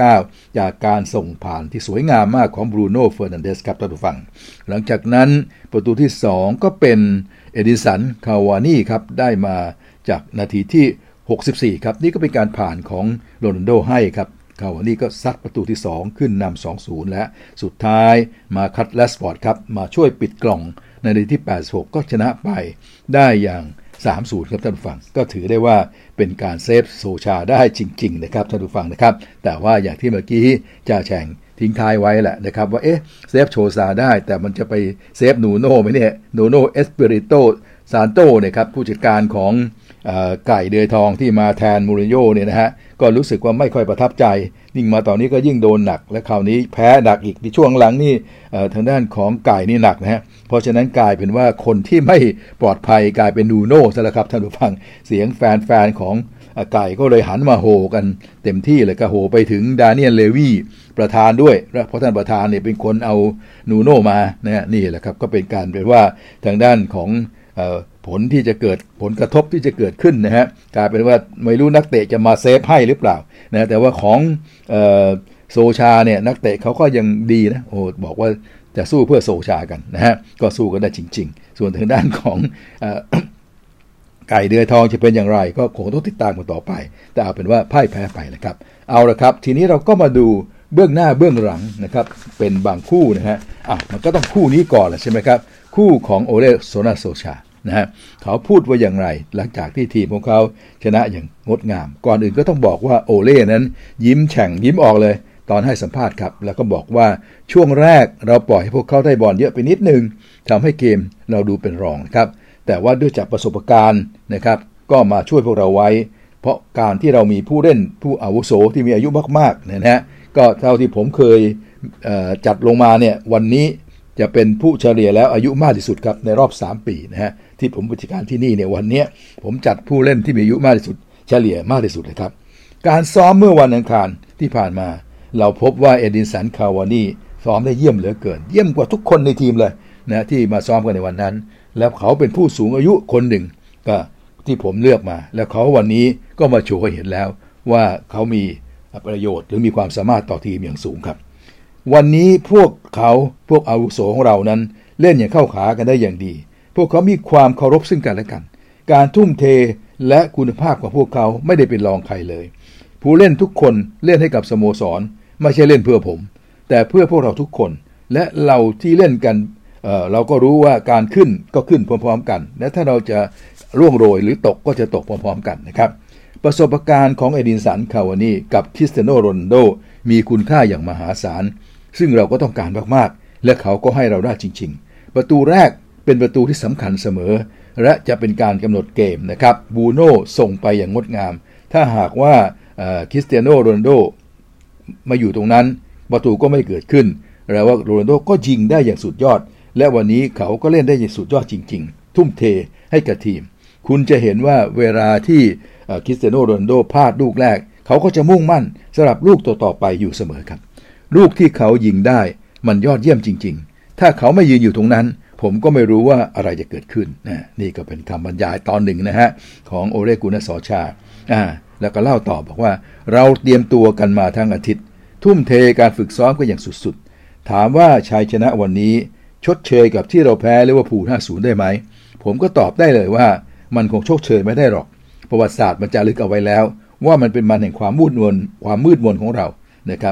39จากการส่งผ่านที่สวยงามมากของบรูโน่เฟอร์นันเดสครับท่านผู้ฟังหลังจากนั้นประตูที่2ก็เป็นเอดิสันคาวานี่ครับได้มาจากนาทีที่64ครับนี่ก็เป็นการผ่านของโรนัลโดให้ครับคาวานี่ก็ซัดประตูที่2ขึ้นนำ 2-0 และสุดท้ายมาคัตแลสฟอร์ดครับมาช่วยปิดกล่องในนาทีที่86ก็ชนะไปได้อย่าง 3-0 ครับท่านผู้ฟังก็ถือได้ว่าเป็นการเซฟโซชาได้จริงๆนะครับท่านผู้ฟังนะครับแต่ว่าอย่างที่เมื่อกี้จ่าแฉ่งทิ้งท้ายไว้แหละนะครับว่าเซฟโชซาได้แต่มันจะไปเซฟนูโน่ไหมเนี่ยนูโน่เอสเปริโตซานโตเนี่ยครับผู้จัดการของไก่เดือยทองที่มาแทนมูรินโญ่เนี่ยนะฮะก็รู้สึกว่าไม่ค่อยประทับใจยิ่งมาตอนนี้ก็ยิ่งโดนหนักและคราวนี้แพ้หนักอีกในช่วงหลังนี่ทางด้านของไก่นี่หนักนะฮะเพราะฉะนั้นกลายเป็นว่าคนที่ไม่ปลอดภัยกลายเป็นนูโน่ซะแล้วครับท่านผู้ฟังเสียงแฟนๆของไก่ก็เลยหันมาโห่กันเต็มที่เลยก็โห่ไปถึงดาเนียลเลวีประธานด้วยเพราะท่านประธานเนี่ยเป็นคนเอานูโน่มานะนี่แหละครับก็เป็นการเป็นว่าทางด้านของผลที่จะเกิดผลกระทบที่จะเกิดขึ้นนะฮะกลายเป็นว่าไม่รู้นักเตะจะมาเซฟให้หรือเปล่านะแต่ว่าของโซชาเนี่ยนักเตะเขาก็ยังดีนะโอ้บอกว่าจะสู้เพื่อโซชากันนะฮะก็สู้กันได้จริงๆส่วนทางด้านของไก่เดือยทองจะเป็นอย่างไรก็คงต้องติดตามกันต่อไปแต่เอาเป็นว่าพ่ายแพ้ไปนะครับเอาละครับทีนี้เราก็มาดูเบื้องหน้าเบื้องหลังนะครับเป็นบางคู่นะฮะมันก็ต้องคู่นี้ก่อนแหละใช่ไหมครับคู่ของโอเลโซนาโซชานะฮะเขาพูดว่าอย่างไรหลังจากที่ทีมของเขาชนะอย่างงดงามก่อนอื่นก็ต้องบอกว่าโอเล่นั้นยิ้มแฉ่งยิ้มออกเลยตอนให้สัมภาษณ์ครับแล้วก็บอกว่าช่วงแรกเราปล่อยให้พวกเขาได้บอลเยอะไปนิดนึงทำให้เกมเราดูเป็นรองครับแต่ว่าด้วยจากประสบการณ์นะครับก็มาช่วยพวกเราไว้เพราะการที่เรามีผู้เล่นผู้อาวุโสที่มีอายุมากๆนะฮะก็เท่าที่ผมเคยจัดลงมาเนี่ยวันนี้จะเป็นผู้เฉลี่ยแล้วอายุมากที่สุดครับในรอบ3ปีนะฮะที่ผมบริการที่นี่เนี่ยวันนี้ผมจัดผู้เล่นที่มีอายุมากที่สุดเฉลี่ยมากที่สุดเลยครับการซ้อมเมื่อวันอังคารที่ผ่านมาเราพบว่าเอดินสันคาวานีซ้อมได้เยี่ยมเหลือเกินเยี่ยมกว่าทุกคนในทีมเลยนะที่มาซ้อมกันในวันนั้นแล้วเขาเป็นผู้สูงอายุคนหนึ่งก็ที่ผมเลือกมาแล้วเขาวันนี้ก็มาโชว์ให้เห็นแล้วว่าเขามีประโยชน์หรือมีความสามารถต่อทีมอย่างสูงครับวันนี้พวกอาวุโสของเรานั้นเล่นอย่างเข้าขากันได้อย่างดีพวกเขามีความเคารพซึ่งกันและกันการทุ่มเทและคุณภาพของพวกเขาไม่ได้เป็นรองใครเลยผู้เล่นทุกคนเล่นให้กับสโมสรไม่ใช่เล่นเพื่อผมแต่เพื่อพวกเราทุกคนและเราที่เล่นกันเราก็รู้ว่าการขึ้นก็ขึ้นพร้อมๆกันและถ้าเราจะร่วงโรยหรือตกก็จะตกพร้อมๆกันนะครับประสบการณ์ของเอดินสันคาวานีกับคริสเตียโนโรนัลโดมีคุณค่าอย่างมหาศาลซึ่งเราก็ต้องการมากๆและเขาก็ให้เราได้จริงๆประตูแรกเป็นประตูที่สำคัญเสมอและจะเป็นการกำหนดเกมนะครับบูโน่ส่งไปอย่างงดงามถ้าหากว่าคริสเตียโนโรนัลโดมาอยู่ตรงนั้นประตูก็ไม่เกิดขึ้นแล้วว่าโรนัลโดก็ยิงได้อย่างสุดยอดและวันนี้เขาก็เล่นได้อย่างสุดยอดจริงๆทุ่มเทให้กับทีมคุณจะเห็นว่าเวลาที่คริสเตียโนโรนัลโดพลาดลูกแรกเขาก็จะมุ่งมั่นสำหรับลูกต่อๆไปอยู่เสมอครับลูกที่เขายิงได้มันยอดเยี่ยมจริงๆถ้าเขาไม่ยืนอยู่ตรงนั้นผมก็ไม่รู้ว่าอะไรจะเกิดขึ้นนี่ก็เป็นคำบรรยายตอนหนึ่งนะฮะของโอเลกุนาซอชาแล้วก็เล่าต่อบอกว่าเราเตรียมตัวกันมาทั้งอาทิตย์ทุ่มเทการฝึกซ้อมกันอย่างสุดๆถามว่าชัยชนะวันนี้ชดเชยกับที่เราแพ้ลิเวอร์พูล 5-0 ได้ไหมผมก็ตอบได้เลยว่ามันคงชดเชยไม่ได้หรอกประวัติศาสตร์มันจารึกเอาไว้แล้วว่ามันเป็นมันแห่งความมืดมนของเรานะครับ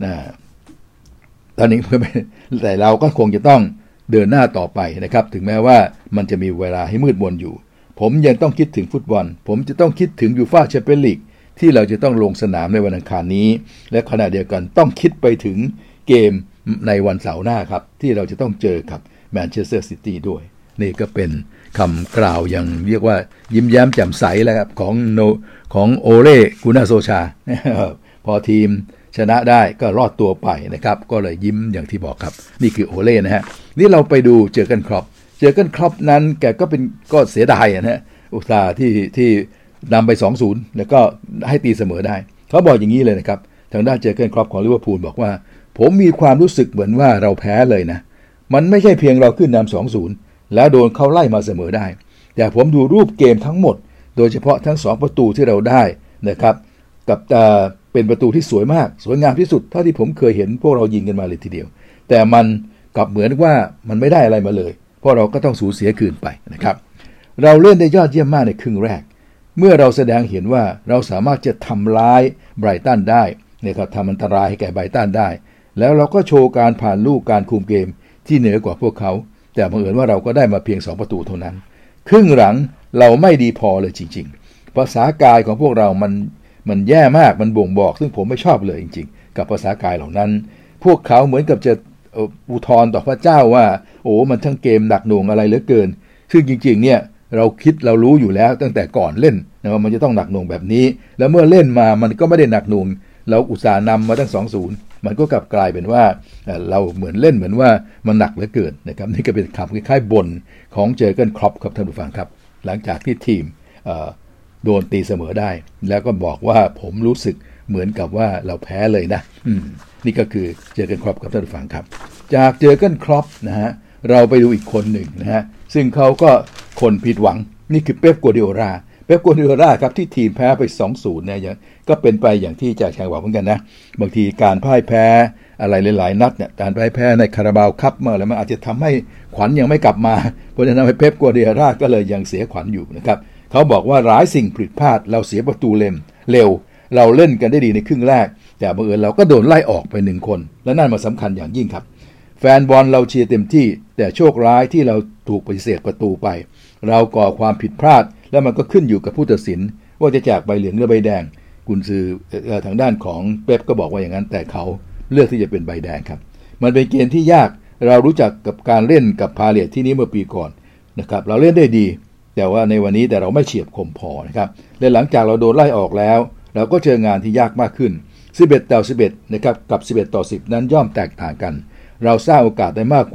ตอนนี้แต่เราก็คงจะต้องเดินหน้าต่อไปนะครับถึงแม้ว่ามันจะมีเวลาให้มืดมนอยู่ผมยังต้องคิดถึงฟุตบอลผมจะต้องคิดถึงยูฟ่าแชมเปี้ยนลีกที่เราจะต้องลงสนามในวันอังคารนี้และขณะเดียวกันต้องคิดไปถึงเกมในวันเสาร์หน้าครับที่เราจะต้องเจอกับแมนเชสเตอร์ซิตี้ด้วยนี่ก็เป็นคำกล่าวอย่างเรียกว่ายิ้มแย้มแจ่มใสแล้วครับของโอเล่กุนาโซชา พอทีมชนะได้ก็รอดตัวไปนะครับก็เลยยิ้มอย่างที่บอกครับนี่คือโอเล่นะฮะนี่เราไปดูเจอกันครอปนั้นแกก็เสียดายนะฮะอุตส่าห์ที่นำไป 2-0 แล้วก็ให้ตีเสมอได้เขาบอกอย่างนี้เลยนะครับทางด้านเจอกันครอปของลิเวอร์พูลบอกว่าผมมีความรู้สึกเหมือนว่าเราแพ้เลยนะมันไม่ใช่เพียงเราขึ้นนำ 2-0 แล้วโดนเขาไล่มาเสมอได้แต่ผมดูรูปเกมทั้งหมดโดยเฉพาะทั้ง2ประตูที่เราได้นะครับกับเป็นประตูที่สวยมากสวยงามที่สุดเท่าที่ผมเคยเห็นพวกเรายิงกันมาเลยทีเดียวแต่มันกลับเหมือนว่ามันไม่ได้อะไรมาเลยเพราะเราก็ต้องสูญเสียคืนไปนะครับเราเล่นได้ยอดเยี่ยมมากในครึ่งแรกเมื่อเราแสดงเห็นว่าเราสามารถจะทำร้ายไบรตันได้นะครับทำอันตรายให้แก่ไบรตันได้แล้วเราก็โชว์การผ่านลูกการคุมเกมที่เหนือกว่าพวกเขาแต่บังเอิญว่าเราก็ได้มาเพียง2ประตูเท่านั้นครึ่งหลังเราไม่ดีพอเลยจริงๆภาษากายของพวกเรามันแย่มากมันบ่งบอกซึ่งผมไม่ชอบเลยจริงๆกับภาษากายเหล่านั้นพวกเขาเหมือนกับจะอุทธรต่อพระเจ้าว่าโอ้มันทั้งเกมหนักหน่วงอะไรเหลือเกินซึ่งจริงๆเนี่ยเรารู้อยู่แล้วตั้งแต่ก่อนเล่นนะว่ามันจะต้องหนักหน่วงแบบนี้แล้วเมื่อเล่นมามันก็ไม่ได้หนักหน่วงเราอุตส่าห์นำมาตั้ง 2-0 มันก็กลับกลายเป็นว่าเราเหมือนเล่นเหมือนว่ามันหนักเหลือเกินนะครับนี่ก็เป็นคำคล้ายๆบ่นของเจอร์เกนคล็อปครับท่านผู้ฟังครับหลังจากที่ทีมโดนตีเสมอได้แล้วก็บอกว่าผมรู้สึกเหมือนกับว่าเราแพ้เลยนะนี่ก็คือเจอร์เกนคล็อปครับท่านผู้ฟังครับจากเจอร์เกนคล็อปนะฮะเราไปดูอีกคนหนึ่งนะฮะซึ่งเขาก็คนผิดหวังนี่คือเป๊ป กัวร์ดิโอลาครับที่ทีมแพ้ไป 2-0 เนี่ยก็เป็นไปอย่างที่จ่าแชงบอกเหมือนกันนะบางทีการพ่ายแพ้อะไรหลายๆนัดเนี่ยการพ่ายแพ้ในคาราบาวคัพมาแล้วมันอาจจะทำให้ขวัญยังไม่กลับมาเพราะฉะนั้นเป๊ป กัวร์ดิโอลาก็เลยยังเสียขวัญอยู่นะครับเขาบอกว่าหลายสิ่งผิดพลาดเราเสียประตูเร็วเราเล่นกันได้ดีในครึ่งแรกแต่บังเอิญเราก็โดนไล่ออกไป1คนและนั่นมันสำคัญอย่างยิ่งครับแฟนบอลเราเชียร์เต็มที่แต่โชคร้ายที่เราถูกปฏิเสธประตูไปเราก่อความผิดพลาดและมันก็ขึ้นอยู่กับผู้ตัดสินว่าจะแจกใบเหลืองหรือใบแดงกุนซือทางด้านของเป๊ปก็บอกว่าอย่างนั้นแต่เขาเลือกที่จะเป็นใบแดงครับมันเป็นเกมที่ยากเรารู้จักกับการเล่นกับพาเลตที่นี้เมื่อปีก่อนนะครับเราเล่นได้ดีแต่ว่าในวันนี้แต่เราไม่เฉียบคมพอนะครับและหลังจากเราโดนไล่ออกแล้วเราก็เจองานที่ยากมากขึ้น11-11นะครับกับ11-10นั้นย่อมแตกต่างกันเราสร้างโอกาสได้มากกว่า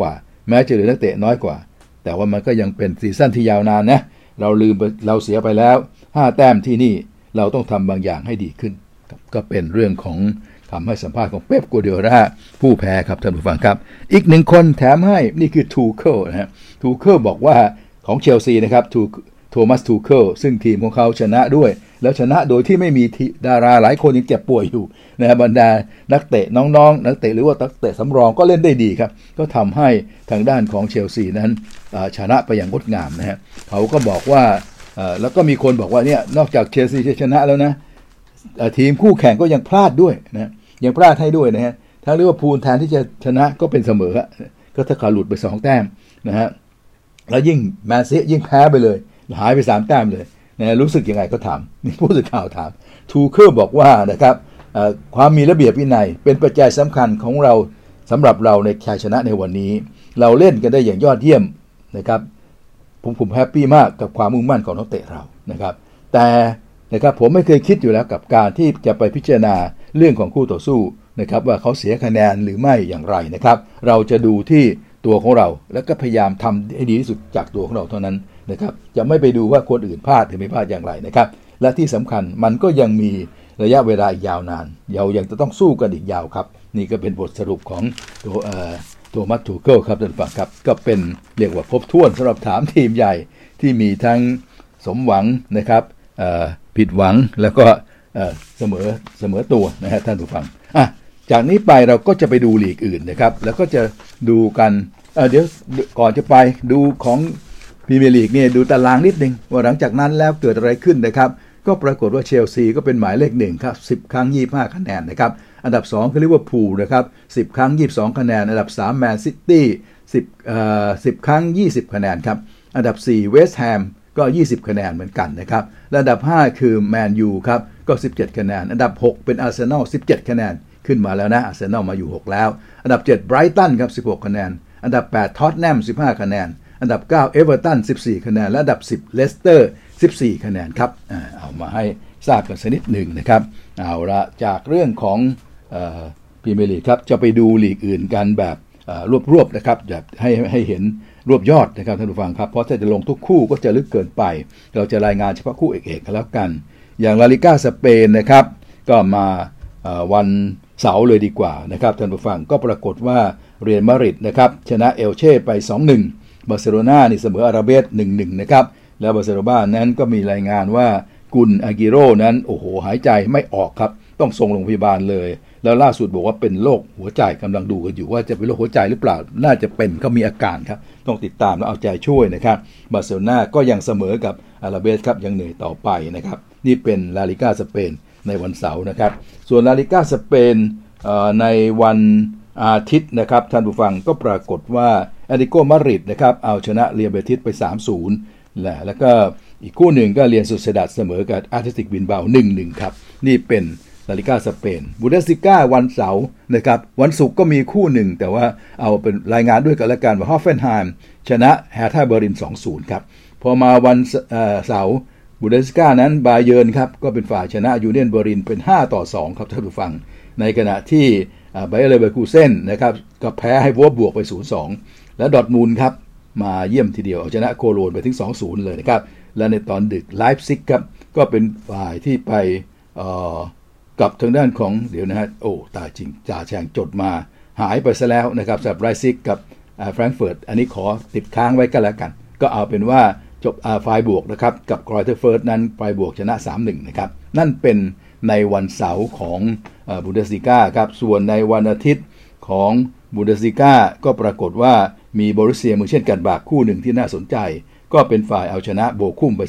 แม้จะเหลือนักเตะน้อยกว่าแต่ว่ามันก็ยังเป็นซีซั่นที่ยาวนานนะเราเสียไปแล้ว5แต้มที่นี่เราต้องทำบางอย่างให้ดีขึ้นก็เป็นเรื่องของคำให้สัมภาษณ์ของเป๊ป กัวร์ดิโอลาผู้แพ้ครับท่านผู้ฟังครับอีกหนึ่งคนแถมให้นี่คือทูเคิลนะฮะทูเคิลบอกว่าของเชลซีนะครับโทมัสทูเคิลซึ่งทีมของเขาชนะด้วยแล้วชนะโดยที่ไม่มีดาราหลายคนยังเจ็บป่วยอยู่นะบรรดานักเตะน้องๆนักเตะหรือว่านักเตะสำรองก็เล่นได้ดีครับก็ทำให้ทางด้านของเชลซีนั้นชนะไปอย่างงดงามนะฮะเขาก็บอกว่าแล้วก็มีคนบอกว่าเนี่ยนอกจากเชลซีจะชนะแล้วนะทีมคู่แข่งก็ยังพลาดด้วยนะยังพลาดให้ด้วยนะฮะทั้งลิเวอร์พูลแทนที่จะชนะก็เป็นเสมอก็ถ้าขาดหลุดไป2แต้มนะฮะแล้วยิ่งแมนซียิ่งแพ้ไปเลยหายไป3แต้มเลยนะรู้สึกยังไงก็ถามนี่ผู้สื่อข่าวถามทูเคิลบอกว่านะครับความมีระเบียบวินัยเป็นปัจจัยสำคัญของเราสำหรับเราในชัยชนะในวันนี้เราเล่นกันได้อย่างยอดเยี่ยมนะครับผมแฮปปี้มากกับความมุ่งมั่นของนักเตะเรานะครับแต่นะครับผมไม่เคยคิดอยู่แล้วกับการที่จะไปพิจารณาเรื่องของคู่ต่อสู้นะครับว่าเขาเสียคะแนนหรือไม่อย่างไรนะครับเราจะดูที่ตัวของเราแล้วก็พยายามทำให้ดีที่สุดจากตัวของเราเท่านั้นนะครับจะไม่ไปดูว่าคนอื่นพลาดหรือไม่พลาดอย่างไรนะครับและที่สำคัญมันก็ยังมีระยะเวลาอีกยาวนานเรายังจะต้องสู้กันอีกยาวครับนี่ก็เป็นบทสรุปของโทมัสทูเคิลครับท่านผู้ฟังครับก็เป็นเรียกว่าครบถ้วนสำหรับถามทีมใหญ่ที่มีทั้งสมหวังนะครับผิดหวังแล้วก็เสมอตัวนะฮะท่านผู้ฟังจากนี้ไปเราก็จะไปดูลีกอื่นนะครับแล้วก็จะดูกันเดี๋ยวก่อนจะไปดูของพรีเมียร์ลีกเนี่ยดูตารางนิดนึงว่าหลังจากนั้นแล้วเกิดอะไรขึ้นนะครับก็ปรากฏว่าเชลซีก็เป็นหมายเลข1ครับ10ครั้ง25คะแนนนะครับอันดับ2คือลิเวอร์พูลนะครับ10ครั้ง22คะแนนอันดับ3แมนซิตี้10ครั้ง20คะแนนครับอันดับ4เวสต์แฮมก็20คะแนนเหมือนกันนะครับและอันดับ5คือแมนยูครับก็17คะแนนอันดับ6เป็นอาร์เซนอล17คะแนนขึ้นมาแล้วนะอาร์เซนอลมาอยู่6แล้วอันดับ7ไบรตันครับ16คะแนนอันดับ8ท็อตแนม15คะแนนอันดับ9เอเวอร์ตัน14คะแนนและอันดับ10เลสเตอร์14คะแนนครับเอามาให้ทราบกันสักนิดหนึ่งนะครับเอาละจากเรื่องของพรีเมียร์ลีกครับจะไปดูลีกอื่นกันแบบรวบๆนะครับจะให้เห็นรวบยอดนะครับท่านผู้ฟังครับเพราะถ้าจะลงทุกคู่ก็จะลึกเกินไปเราจะรายงานเฉพาะคู่เอกๆกันแล้วกันอย่างลาลิก้าสเปนนะครับก็มาวันเสาร์เลยดีกว่านะครับท่านผู้ฟังก็ปรากฏว่าเรอัลมาดริดนะครับชนะเอลเช่ไป 2-1 บาร์เซโลนานี่เสมออาราเบส 1-1 นะครับแล้วบาร์เซโลนานั้นก็มีรายงานว่ากุนอากิโร่นั้นโอ้โหหายใจไม่ออกครับต้องส่งโรงพยาบาลเลยแล้วล่าสุดบอกว่าเป็นโรคหัวใจกำลังดูกันอยู่ว่าจะเป็นโรคหัวใจหรือเปล่าน่าจะเป็นก็มีอาการครับต้องติดตามแล้วเอาใจช่วยนะครับบาร์เซโลนาก็ยังเสมอกับอาราเบสครับยังเหนื่อยต่อไปนะครับนี่เป็นลาลิก้าสเปนในวันเสาร์นะครับส่วนลาลิก้าสเปนในวันอาทิตย์นะครับท่านผู้ฟังก็ปรากฏว่าแอตเลติโกมาดริดนะครับเอาชนะเรียลเบติสไป 3-0 แล้วก็อีกคู่หนึ่งก็เรียลโซเซดัดเสมอกับอาร์เตติกบิลเบา 1-1 ครับนี่เป็นลาลิก้าสเปนบูเดสลิก้าวันเสาร์นะครับวันศุกร์ก็มีคู่หนึ่งแต่ว่าเอาเป็นรายงานด้วยกันละกันว่าฮอฟเฟนไฮม์ชนะแฮร์ท่าเบอร์ลิน 2-0 ครับพอมาวันเสาร์บูเดสลิก้านั้นบาเยิร์นครับก็เป็นฝ่ายชนะยูเนียนเบอร์ลินเป็น 5-2 ครับท่านผู้ฟังในขณะที่ไบเออร์เลเวอร์คูเซ่นนะครับก็แพ้ให้วอร์บวกไป 0-2 แล้วดอร์ทมุนด์ครับมาเยี่ยมทีเดียวเอาชนะโคโลนไปถึง 2-0 เลยนะครับและในตอนดึกไลฟ์ซิกครับก็เป็นฝ่ายที่ไปกับทางด้านของเดี๋ยวนะฮะโอ้ตายจริงจ่าแชงจดมาหายไปซะแล้วนะครับสำหรับไลฟ์ซิกกับแฟรงก์เฟิร์ตอันนี้ขอติดค้างไว้กันแล้วกันก็เอาเป็นว่าจบไฟบวกนะครับกับกรอยเทอร์เฟิร์ตนั้นไฟบวกชนะ 3-1 นะครับนั่นเป็นในวันเสาร์ของบูเดสลิก้าครับส่วนในวันอาทิตย์ของบูเดสลิก้าก็ปรากฏว่ามีบอรุสเซียเมอนเช่นกันบากคู่หนึ่งที่น่าสนใจก็เป็นฝ่ายเอาชนะโบคุมไป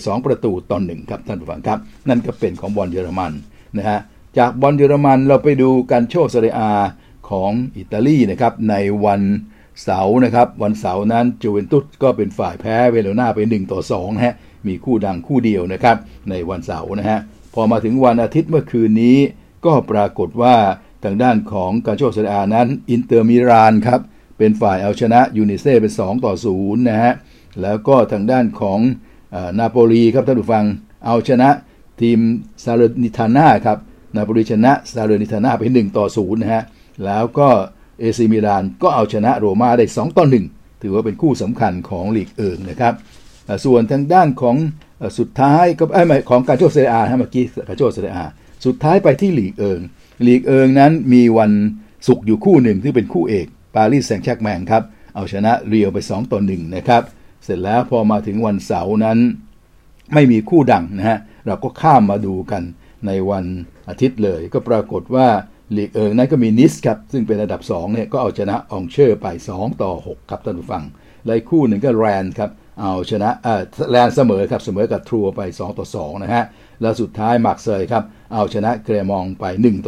2-1ครับท่านผู้ฟังครับนั่นก็เป็นของบอลเยอรมันนะฮะจากบอลเยอรมันเราไปดูกันโชเซเรียอาของอิตาลีนะครับในวันเสาร์นะครับวันเสาร์นั้นจูเวนตุสก็เป็นฝ่ายแพ้เวโรนาไป1-2นะฮะมีคู่ดังคู่เดียวนะครับในวันเสาร์นะฮะพอมาถึงวันอาทิตย์เมื่อคืนนี้ก็ปรากฏว่าทางด้านของกาโชเซเรียอานั้นอินเตอร์มิลานครับเป็นฝ่ายเอาชนะยูนิเซ่เป็น2-0นะฮะแล้วก็ทางด้านของนาโปลีครับท่านผู้ฟังเอาชนะทีมซาเลอร์นิทาน่าครับนาโปลีชนะซาเลอร์นิทาน่าไป1-0นะฮะแล้วก็เอซีมิลานก็เอาชนะโรม่าได้2-1 ถือว่าเป็นคู่สำคัญของลีกเอิงนะครับส่วนทางด้านของสุดท้ายก็ของการโชว์เซเรียเมื่อกี้การโชว์เซเรียสุดท้ายไปที่ลีกเอิงนั้นมีวันศุกร์อยู่คู่หนึ่งที่เป็นคู่เอกปารีสแซงต์แชร์กแมงครับเอาชนะเรียวไป2-1นะครับเสร็จแล้วพอมาถึงวันเสาร์นั้นไม่มีคู่ดังนะฮะเราก็ข้ามมาดูกันในวันอาทิตย์เลยก็ปรากฏว่าลีกเอิงนั้นก็มีนิสครับซึ่งเป็นอันดับ2เนี่ยก็เอาชนะองเชอร์ไป2-6ครับท่านผู้ฟังและคู่หนึ่งก็แรนครับเอาชนะแรนเสมอครับเสมอกับทรูไป2-2นะฮะแล้วสุดท้ายมาร์เซย์ครับเอาชนะเกรมองไป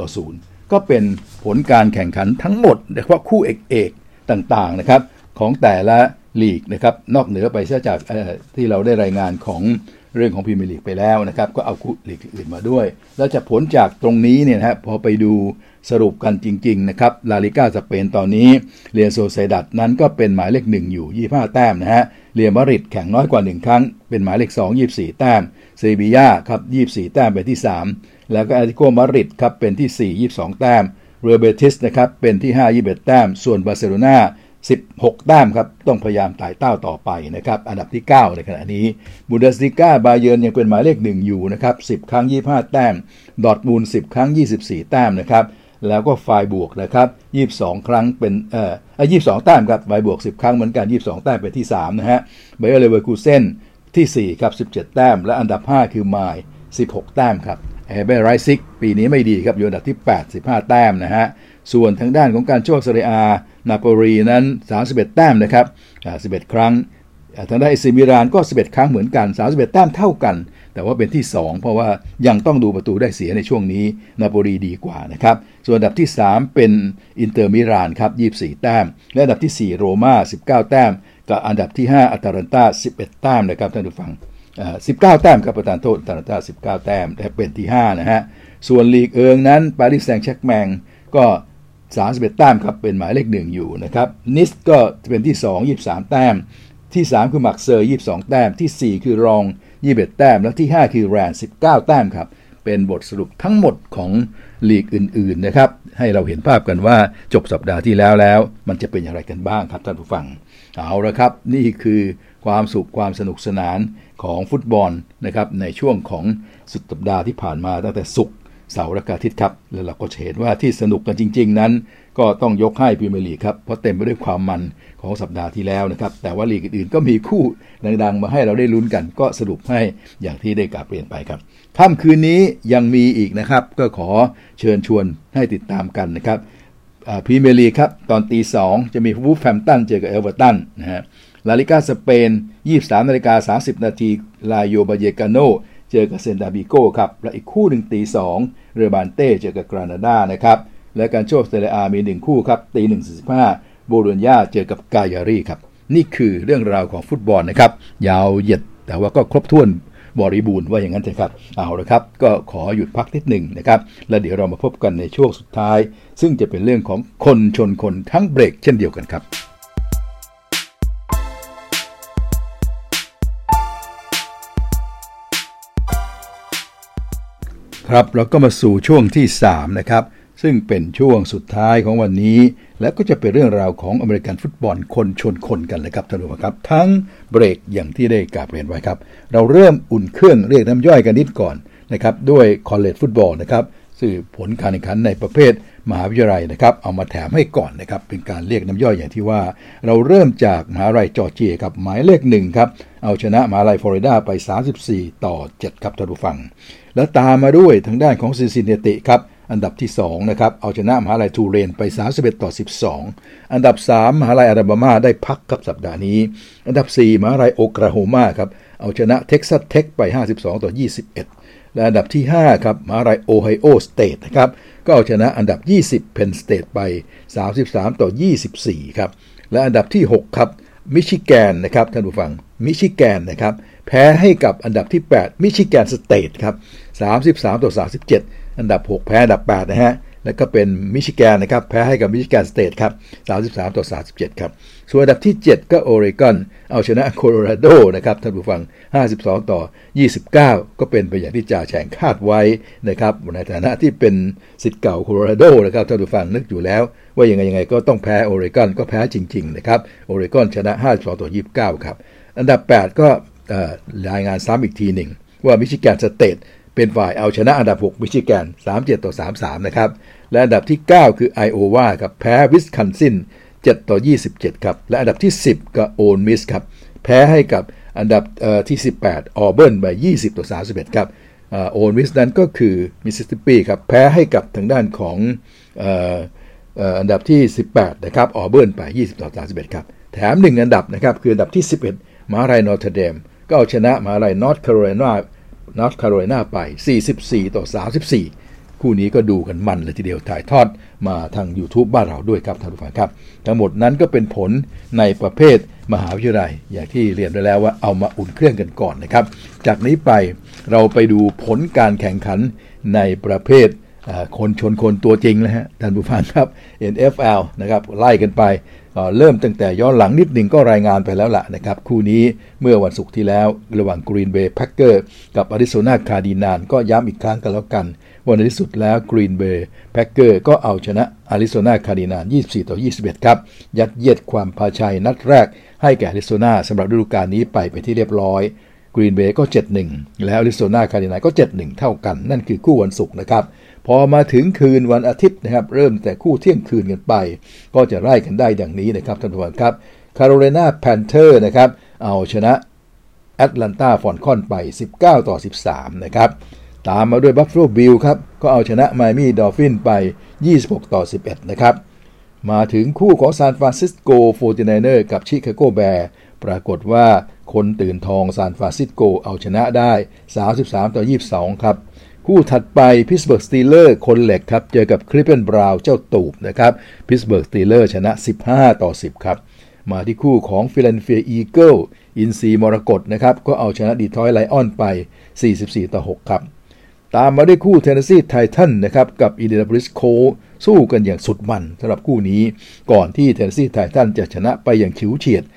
1-0ก็เป็นผลการแข่งขันทั้งหมดโดยเฉพาะคู่เอกต่างๆนะครับของแต่ละลีกนะครับนอกเหนือไปจากที่เราได้รายงานของเรื่องของพรีเมียร์ลีกไปแล้วนะครับก็เอาคู่ลีกอื่นมาด้วยแล้วจากผลจากตรงนี้เนี่ยนะพอไปดูสรุปกันจริงๆนะครับลาลิก้าสเปนตอนนี้เรียลโซเซดัดนั้นก็เป็นหมายเลข1อยู่25แต้มนะฮะเรียลมาดริดแข่งน้อยกว่า1ครั้งเป็นหมายเลข2 24แต้มเซบีย่าครับ24แต้มเป็นที่3แล้วก็แอตเลติโกมาดริดครับเป็นที่4 22แต้มเรอัลเบติสนะครับเป็นที่5 21แต้มส่วนบาร์เซโลนา16แต้มครับต้องพยายามไต่เต้าต่อไปนะครับอันดับที่9ในขณะนี้บูนเดสลีกาบาเยิร์นยังเป็นหมายเลข1อยู่นะครับ10ครั้ง25แต้มดอร์ทมุนด์10ครั้ง24แต้มนะครับแล้วก็ไฟบวกนะครับ22ครั้งเป็น22แต้มครับไฟบวก10ครั้งเหมือนกัน22แต้มเป็นที่3นะฮะไบเออร์เลเวอร์คูเซ่นที่4ครับ17แต้มและอันดับ5คือไมล์16แต้มครับเอเบไรซิกปีนี้ไม่ดีครับอยู่อันดับที่8 15แต้มนะฮะส่วนทางด้านของการโชว์เซเรียนาโปลีนั้น31แต้มนะครับ11ครั้งทางด้านเอซิมิลานก็11ครั้งเหมือนกัน31แต้มเท่ากันแต่ว่าเป็นที่2เพราะว่ายังต้องดูประตูได้เสียในช่วงนี้นาโปลีดีกว่านะครับส่วนอันดับที่3เป็นอินเตอร์มิลานครับ24แต้มและอันดับที่4โรม่า19แต้มกับอันดับที่5อาตาลันตา11แต้มนะครับท่านผู้ฟัง19แต้มครับประธานโทษอาตาลันตา19แต้มแต่เป็นที่5นะฮะส่วนลีกเอิงนั้นปารีสแซงต์แชร์กแมงก็31แต้มครับเป็นหมายเลข1อยู่นะครับนิสก็เป็นที่2 23แต้มที่3คือมาร์เซย์22แต้มที่4คือรอง21แต้มและที่5คือแรน19แต้มครับเป็นบทสรุปทั้งหมดของลีกอื่นๆนะครับให้เราเห็นภาพกันว่าจบสัปดาห์ที่แล้วมันจะเป็นอย่างไรกันบ้างครับท่านผู้ฟังเอาละครับนี่คือความสุขความสนุกสนานของฟุตบอลนะครับในช่วงของสุดสัปดาห์ที่ผ่านมาตั้งแต่ศุกร์เสาร์และอาทิตย์ครับแล้วเราก็เห็นว่าที่สนุกกันจริงๆนั้นก็ต้องยกให้พรีเมียร์ลีกครับเพราะเต็มไปด้วยความมันของสัปดาห์ที่แล้วนะครับแต่ว่าลีกอื่นๆก็มีคู่ดังๆมาให้เราได้ลุ้นกันก็สรุปให้อย่างที่ได้กล่าวเปลี่ยนไปครับค่ำคืนนี้ยังมีอีกนะครับก็ขอเชิญชวนให้ติดตามกันนะครับพรีเมียร์ลีกครับตอนตี 2จะมีวูฟแฮมป์ตันเจอกับเอเวอร์ตันนะฮะลาลิก้าสเปน 23:30 น.ลาโยบาเยกาโนเจอกับเซนตาบิโก้ครับและอีกคู่หนึ่งตี 2เรบันเต้เจอกับกรานาดานะครับและการโชว์เซเรียมี1คู่ครับตี 1:45โบโลญญาเจอกับกายารีครับนี่คือเรื่องราวของฟุตบอลนะครับยาวเหยียดแต่ว่าก็ครบถ้วนบริบูรณ์ว่าอย่างนั้นใช่ครับเอาละครับก็ขอหยุดพักนิดหนึ่งนะครับแล้วเดี๋ยวเรามาพบกันในช่วงสุดท้ายซึ่งจะเป็นเรื่องของคนชนคนทั้งเบรกเช่นเดียวกันครับครับเราก็มาสู่ช่วงที่3นะครับซึ่งเป็นช่วงสุดท้ายของวันนี้และก็จะเป็นเรื่องราวของอเมริกันฟุตบอลคนชนคนกันเลยครับท่านผู้ชมครับทั้งเบรกอย่างที่ได้กล่าวเรียนไว้ครับเราเริ่มอุ่นเครื่องเรียกน้ำย่อยกันนิดก่อนนะครับด้วยคอลเลจฟุตบอลนะครับซึ่งผลการแข่งขันในประเภทมหาวิทยาลัยนะครับเอามาแถมให้ก่อนนะครับเป็นการเรียกน้ำย่อยอย่างที่ว่าเราเริ่มจากมหาวิทยาลัยจอร์เจียครับหมายเลข1ครับเอาชนะมหาวิทยาลัยฟลอริดาไป34-7ครับท่านผู้ฟังแล้วตามมาด้วยทางด้านของซินซินเนติครับอันดับที่2นะครับเอาชนะมหาวิทยาลัยทูเรนไป31-12อันดับ3มหาวิทยาลัยอลาบามาได้พักครับสัปดาห์นี้อันดับ4มหาวิทยาลัยโอคลาโฮมาครับเอาชนะเท็กซัสเทคไป52-21และอันดับที่5ครับมหาวิทยาลัยโอไฮโอสเตทนะครับก็เอาชนะอันดับ20เพนสเตทไป33-24ครับและอันดับที่6ครับมิชิแกนนะครับท่านผู้ฟังมิชิแกนนะครับแพ้ให้กับอันดับที่8มิชิแกนสเตทครับ33-37อันดับ6แพ้อันดับ8นะฮะแล้วก็เป็นมิชิแกนนะครับแพ้ให้กับมิชิแกนสเตทครับ33-37ครับส่วนอันดับที่7ก็โอเรกอนเอาชนะโคโลราโดนะครับท่านผู้ฟัง52-29ก็เป็นไปอย่างที่จ่าแฉ่งคาดไว้นะครับในฐานะที่เป็นศิษย์เก่าโคโลราโดนะครับท่านผู้ฟังนึกอยู่แล้วว่ายังไงก็ต้องแพ้โอเรกอนก็แพ้จริงๆนะครับโอเรกอนชนะ52-29ครับอันดับ8ก็รายงานซ้ำอีกทีหนึ่งว่ามิชิแกนสเตทเป็นฝ่ายเอาชนะอันดับ6มิชิแกน37-33นะครับและอันดับที่9คือไอโอวาครับแพ้วิสคอนซิน7-27ครับและอันดับที่10ก็โอลมิสครับแพ้ให้กับอันดับที่18ออเบิร์นไป20-31ครับโอลมิสนั้นก็คือมิสซิสซิปปีครับแพ้ให้กับทางด้านของอันดับที่18นะครับออเบิร์นไป20-31ครับแถม1อันดับนะครับคืออันดับที่11มหาวิทยาลัยนอร์ทเดมก็เอาชนะมหาวิทยาลัยนอร์ทแคโรไลนาไป44-34คู่นี้ก็ดูกันมันเลยทีเดียวถ่ายทอดมาทาง YouTube บ้านเราด้วยครับท่านผู้ฟังครับทั้งหมดนั้นก็เป็นผลในประเภทมหาวิทยาลัยอย่างที่เรียนไปแล้วว่าเอามาอุ่นเครื่องกันก่อนนะครับจากนี้ไปเราไปดูผลการแข่งขันในประเภทคนชนคนตัวจริงนะฮะท่านผู้ฟังครับ NFL นะครับไล่กันไปเริ่มตั้งแต่ย้อนหลังนิดหนึ่งก็รายงานไปแล้วล่ะนะครับคู่นี้เมื่อวันศุกร์ที่แล้วระหว่าง Green Bay Packers กับ Arizona Cardinals ก็ย้ำอีกครั้งกันแล้วกันวันในที่สุดแล้ว Green Bay Packers ก็เอาชนะ Arizona Cardinals 24-21ครับยัดเยียดความพาชัยนัดแรกให้แก่ Arizona สำหรับฤดูกาลนี้ไปที่เรียบร้อย Green Bay ก็ 7-1 แล้ว Arizona Cardinals ก็ 7-1 เท่ากันนั่นคือคู่วันศุกร์นะครับพอมาถึงคืนวันอาทิตย์นะครับเริ่มแต่คู่เที่ยงคืนกันไปก็จะไล่กันได้ดังนี้นะครับท่านผู้ชมครับ Carolina Panthers นะครับเอาชนะ Atlanta Falcons ไป19-13นะครับตามมาด้วย Buffalo Bills ครับก็เอาชนะ Miami Dolphins ไป26-11นะครับมาถึงคู่ของ San Francisco 49ers กับ Chicago Bears ปรากฏว่าคนตื่นทอง San Francisco เอาชนะได้33-22ครับคู่ถัดไป Pittsburgh Steelers คนเหล็กครับเจอกับ Cleveland Browns เจ้าตูบนะครับ Pittsburgh Steelers ชนะ15-10ครับมาที่คู่ของ Philadelphia Eagles อินซีมรกตนะครับก็เอาชนะ Detroit Lions ไป44-6ครับตามมาด้วยคู่ Tennessee Titans นะครับกับ Indianapolis Colts สู้กันอย่างสุดมันสำหรับคู่นี้ก่อนที่ Tennessee Titans จะชนะไปอย่างฉิวเฉียด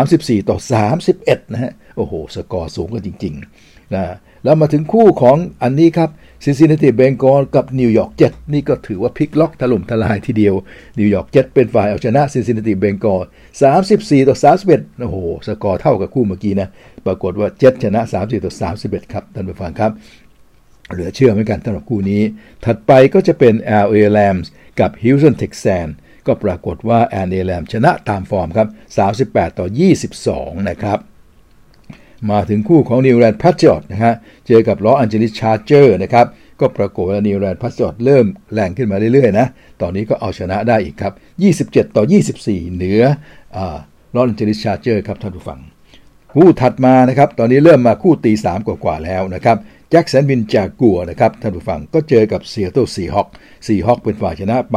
34-31นะฮะโอ้โหสกอร์สูงกันจริงๆนะแล้วมาถึงคู่ของอันนี้ครับ Cincinnati Bengals กับ New York Jets นี่ก็ถือว่าพลิกล็อกถล่มทลายทีเดียว New York Jets เป็นฝ่ายเอาชนะ Cincinnati Bengals 34-31โอ้โหสกอร์เท่ากับคู่เมื่อกี้นะปรากฏว่า Jets ชนะ34-31ครับท่านผู้ฟังครับเหลือเชื่อเหมือนกันสำหรับคู่นี้ถัดไปก็จะเป็น LA Rams กับ Houston Texans ก็ปรากฏว่า LA Rams ชนะตามฟอร์มครับ38-22นะครับมาถึงคู่ของ New England Patriots นะฮะเจอกับ Los Angeles Chargers นะครับก็ปรากฏว่า New England Patriots เริ่มแรงขึ้นมาเรื่อยๆนะตอนนี้ก็เอาชนะได้อีกครับ27-24เหนือLos Angeles Chargers ครับท่านผู้ฟังคู่ถัดมานะครับตอนนี้เริ่มมาคู่ตี3กว่าๆแล้วนะครับแจ็คสันวิลจากัวนะครับท่านผู้ฟังก็เจอกับ Seattle Seahawks เป็นฝ่ายชนะไป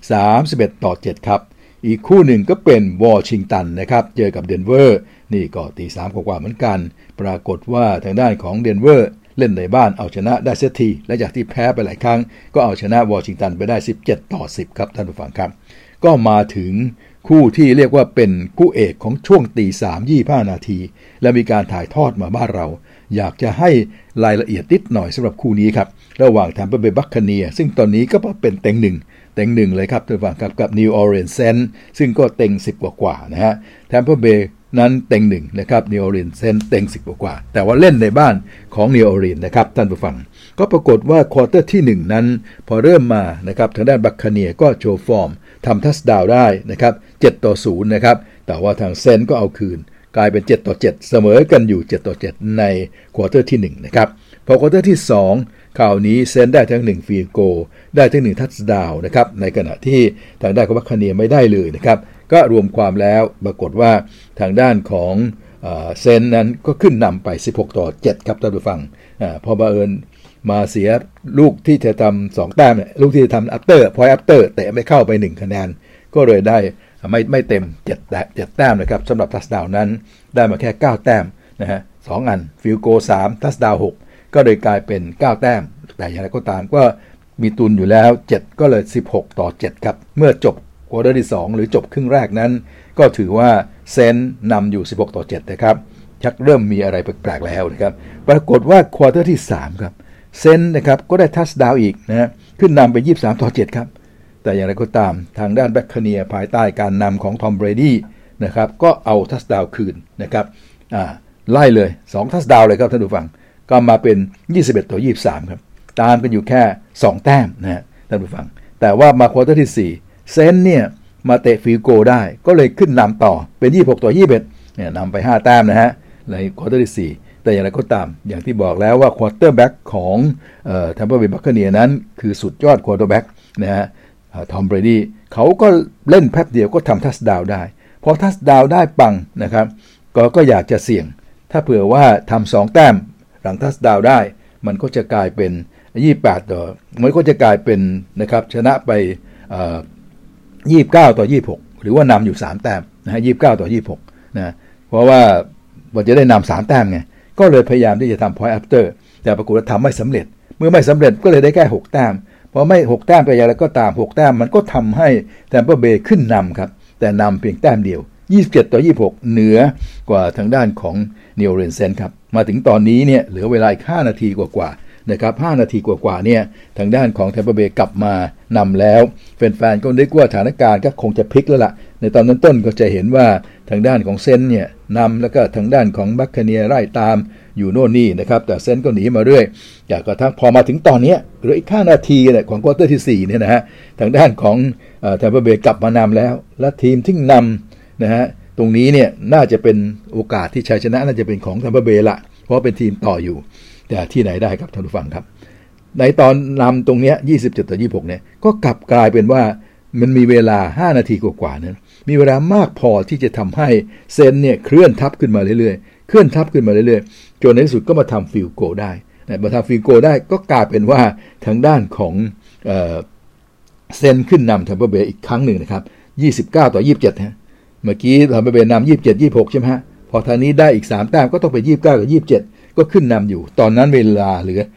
31-7ครับอีกคู่หนึ่งก็เป็นวอชิงตันนะครับเจอกับเดนเวอร์นี่ก็ตี3กว่าเหมือนกันปรากฏว่าทางด้านของเดนเวอร์เล่นในบ้านเอาชนะได้เสียทีและจากที่แพ้ไปหลายครั้งก็เอาชนะวอชิงตันไปได้17-10ครับท่านผู้ฟังครับก็มาถึงคู่ที่เรียกว่าเป็นคู่เอกของช่วงตี3 25นาทีและมีการถ่ายทอดมาบ้านเราอยากจะให้รายละเอียดนิดหน่อยสำหรับคู่นี้ครับระหว่างแทมเปอร์เบย์บัคคาเนียร์ซึ่งตอนนี้ก็เป็นเต็งหนึ่งเลยครับท่านผู้ฟังครับกับ New Orleans Saints ซึ่งก็เต็ง10กว่านะฮะแทมเปอร์เบย์นั้นเต็ง1นะครับ New Orleans Saints เต็ง10กว่าแต่ว่าเล่นในบ้านของ New Orleans นะครับท่านผู้ฟังก็ปรากฏว่าควอเตอร์ที่1นั้นพอเริ่มมานะครับทางด้านบัคคาเนียร์ก็โชว์ฟอร์มทำทัชดาวน์ได้นะครับ7-0นะครับแต่ว่าทางเซนก็เอาคืนกลายเป็น7-7เสมอกันอยู่7-7ในควอเตอร์ที่1นะครับพอควอเตอร์ที่2คราวนี้เซนได้ทั้ง1ฟรีโกได้ทั้ง1ทัชดาวน์นะครับในขณะที่ทางด้านของบัคคาเนียร์ไม่ได้เลยนะครับก็รวมความแล้วปรากฏว่าทางด้านของเซนนั้นก็ขึ้นนำไป16-7ครับท่านผู้ฟังพอบังเอิญมาเสียลูกที่จะทำ2แต้มเนี่ยลูกที่จะทำอัปเตอร์พอยต์อัปเตอร์แต่ไม่เข้าไป1คะแนนก็เลยได้ไม่เต็ม7แต้มนะครับสำหรับทัชดาวน์นั้นได้มาแค่9แต้มนะฮะ2อันฟิลโก3ทัชดาวน์6ก็เลยกลายเป็น9แต้มแต่อย่างไรก็ตามก็มีตุนอยู่แล้ว7ก็เลย16-7ครับเมื่อจบควอเตอร์ที่2หรือจบครึ่งแรกนั้นก็ถือว่าเซนต์นำอยู่16-7นะครับชักเริ่มมีอะไรแปลกๆแล้วนะครับปรากฏว่าควอเตอร์ที่3ครับเซนต์นะครับก็ได้ทัชดาวน์อีกนะขึ้นนำไป23-7ครับแต่อย่างไรก็ตามทางด้านแบ็คเนียภายใต้การนำของทอมเบรดี้นะครับก็เอาทัชดาวน์คืนนะครับไล่เลย2ทัชดาวน์เลยครับท่านผู้ฟังก็มาเป็น21-23ครับตามกันอยู่แค่2แต้มนะฮะท่านผู้ฟังแต่ว่ามาควอเตอร์ที่4เซนต์เนี่ยมาเตะฟิลด์โกลได้ก็เลยขึ้นนำต่อเป็น26-21เนี่ยนำไป5แต้มนะฮะในควอเตอร์ที่4แต่อย่างไรก็ตามอย่างที่บอกแล้วว่าควอเตอร์แบ็กของแทมเปอร์เบย์บัคคาเนียร์นั้นคือสุดยอดควอเตอร์แบ็กนะฮะทอมเบรดี้เขาก็เล่นแป๊บเดียวก็ทำทัชดาวน์ได้พอทัชดาวน์ได้ปังนะครับก็อยากจะเสี่ยงถ้าเผื่อว่าทำ2แต้มหลังทัชดาวน์ได้มันก็จะกลายเป็น28มันก็จะกลายเป็นนะครับชนะไป29-26หรือว่านำอยู่3แต้มนะฮะ29-26นะเพราะว่าจะได้นำ3แต้มไงก็เลยพยายามที่จะทำ point after แต่ปรากฏว่าทำไม่สำเร็จเมื่อไม่สำเร็จก็เลยได้แค่6แต้มพอไม่6แต้มไปอย่างไรก็ตาม6แต้มมันก็ทำให้แทมเปอร์เบย์ขึ้นนำครับแต่นำเพียงแต้มเดียว27-26เหนือกว่าทางด้านของนิวออร์ลีนส์เซนต์ครับมาถึงตอนนี้เนี่ยเหลือเวลาอีก5นาทีกว่านะครับ5นาทีกว่าเนี่ยทางด้านของแทมเปอร์เบย์กลับมานำแล้วแฟนๆก็นึกว่าสถานการณ์ก็คงจะพลิกแล้วล่ะในตอนนั้นต้นก็จะเห็นว่าทางด้านของเซนเนี่ยนำแล้วก็ทางด้านของบัคคาเนียร์ไล่ตามอยู่โน่นนี่นะครับแต่เซนก็หนีมาเรื่อยจากกระทั่งพอมาถึงตอนนี้เหลืออีก5นาทีเนี่ยของควอเตอร์ที่4เนี่ยนะฮะทางด้านของแทมเปอร์เบย์กลับมานำแล้วและทีมที่นำนะฮะตรงนี้เนี่ยน่าจะเป็นโอกาสที่ชัยชนะน่าจะเป็นของแทมเปอร์เบย์ละเพราะเป็นทีมต่ออยู่แต่ที่ไหนได้ครับท่านผู้ฟังครับในตอนนำตรงนี้27-26เนี่ยก็กลับกลายเป็นว่ามันมีเวลา5นาทีกว่านั้นมีเวลามากพอที่จะทำให้เซนเนี่ยเคลื่อนทับขึ้นมาเรื่อยๆจนในที่สุดก็มาทำฟิลด์โกลได้นะมาทำฟิลด์โกลได้ก็กลายเป็นว่าทางด้านของเซนขึ้นนำแทมเปอร์เบย์อีกครั้งหนึ่งนะครับ29-27ฮะเมื่อกี้แทมเปอร์เบย์นำ27-26ใช่ไหมฮะพอทางนี้ได้อีก3แต้มก็ต้องไป29-27ก็ขึ้นนำอยู่ตอนนั้นเวลาเหลือ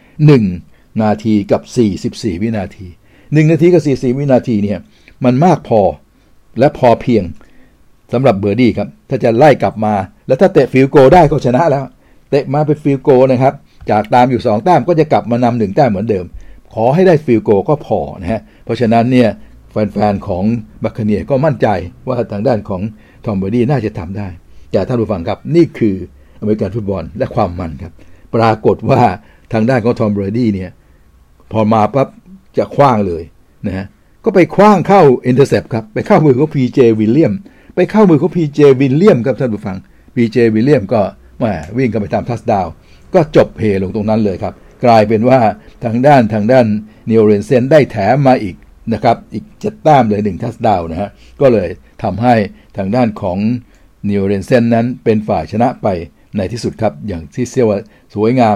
1นาทีกับ44วินาที1นาทีกับ44วินาทีเนี่ยมันมากพอและพอเพียงสำหรับเบอร์ดี้ครับถ้าจะไล่กลับมาแล้วถ้าเตะฟิลด์โกลได้ก็ชนะแล้วเตะมาเป็นฟิลด์โกลนะครับจากตามอยู่2แต้มก็จะกลับมานำ1แต้มเหมือนเดิมขอให้ได้ฟิลด์โกลก็พอนะฮะเพราะฉะนั้นเนี่ยแฟนๆของบัคคาเนียร์ก็มั่นใจว่าทางด้านของทอมเบอร์ดี้น่าจะทำได้แต่ท่านผู้ฟังครับนี่คืออเมริกันฟุตบอลและความมันครับปรากฏว่าทางด้านของทอมเบอร์ดี้เนี่ยพอมาปั๊บจะคว้างเลยนะฮะก็ไปคว้างเข้าอินเตอร์เซปครับไปเข้ามือของ PJ วิลเลียมไปเข้ามือของ PJ วิลเลียมครับท่านผู้ฟัง PJ วิลเลียมก็วิ่งเข้าไปทำทัชดาวน์ก็จบเฮลงตรงนั้นเลยครับกลายเป็นว่าทางด้านนิวออร์ลีนส์เซนต์ได้แถมมาอีกนะครับอีก7แต้มเลย1ทัชดาวน์นะฮะก็เลยทำให้ทางด้านของนิวออร์ลีนส์เซนต์นั้นเป็นฝ่ายชนะไปในที่สุดครับอย่างที่เรียกว่าสวยงาม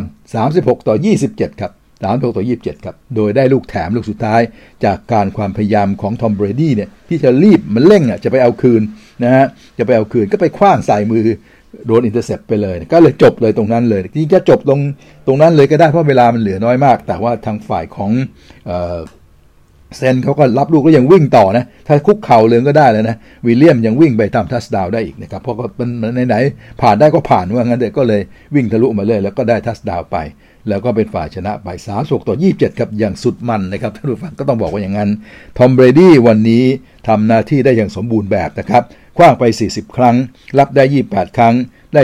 36-27ครับ36-27ครับโดยได้ลูกแถมลูกสุดท้ายจากการความพยายามของทอมเบรดี้เนี่ยที่จะรีบมันเร่งจะไปเอาคืนนะฮะจะไปเอาคืนก็ไปคว้างใส่มือโดนอินเตอร์เซปไปเลยก็เลยจบเลยตรงนั้นเลยจริงๆจะจบตรงนั้นเลยก็ได้เพราะเวลามันเหลือน้อยมากแต่ว่าทางฝ่ายของเซนเขาก็รับลูกแล้วยังวิ่งต่อนะถ้าคุกเข่าเลยก็ได้เลยนะวิลเลียมยังวิ่งไปตามทัชดาวน์ได้อีกนะครับเพราะมันไหนๆผ่านได้ก็ผ่านว่างั้นเด็กก็เลยวิ่งทะลุมาเลยแล้วก็ได้ทัชดาวน์ไปแล้วก็เป็นฝ่ายชนะไป36-27ครับอย่างสุดมันนะครับท่านผู้ฟังก็ต้องบอกว่าอย่างนั้นทอมเบรดี้วันนี้ทำหน้าที่ได้อย่างสมบูรณ์แบบนะครับคว้างไป40ครั้งรับได้28ครั้งได้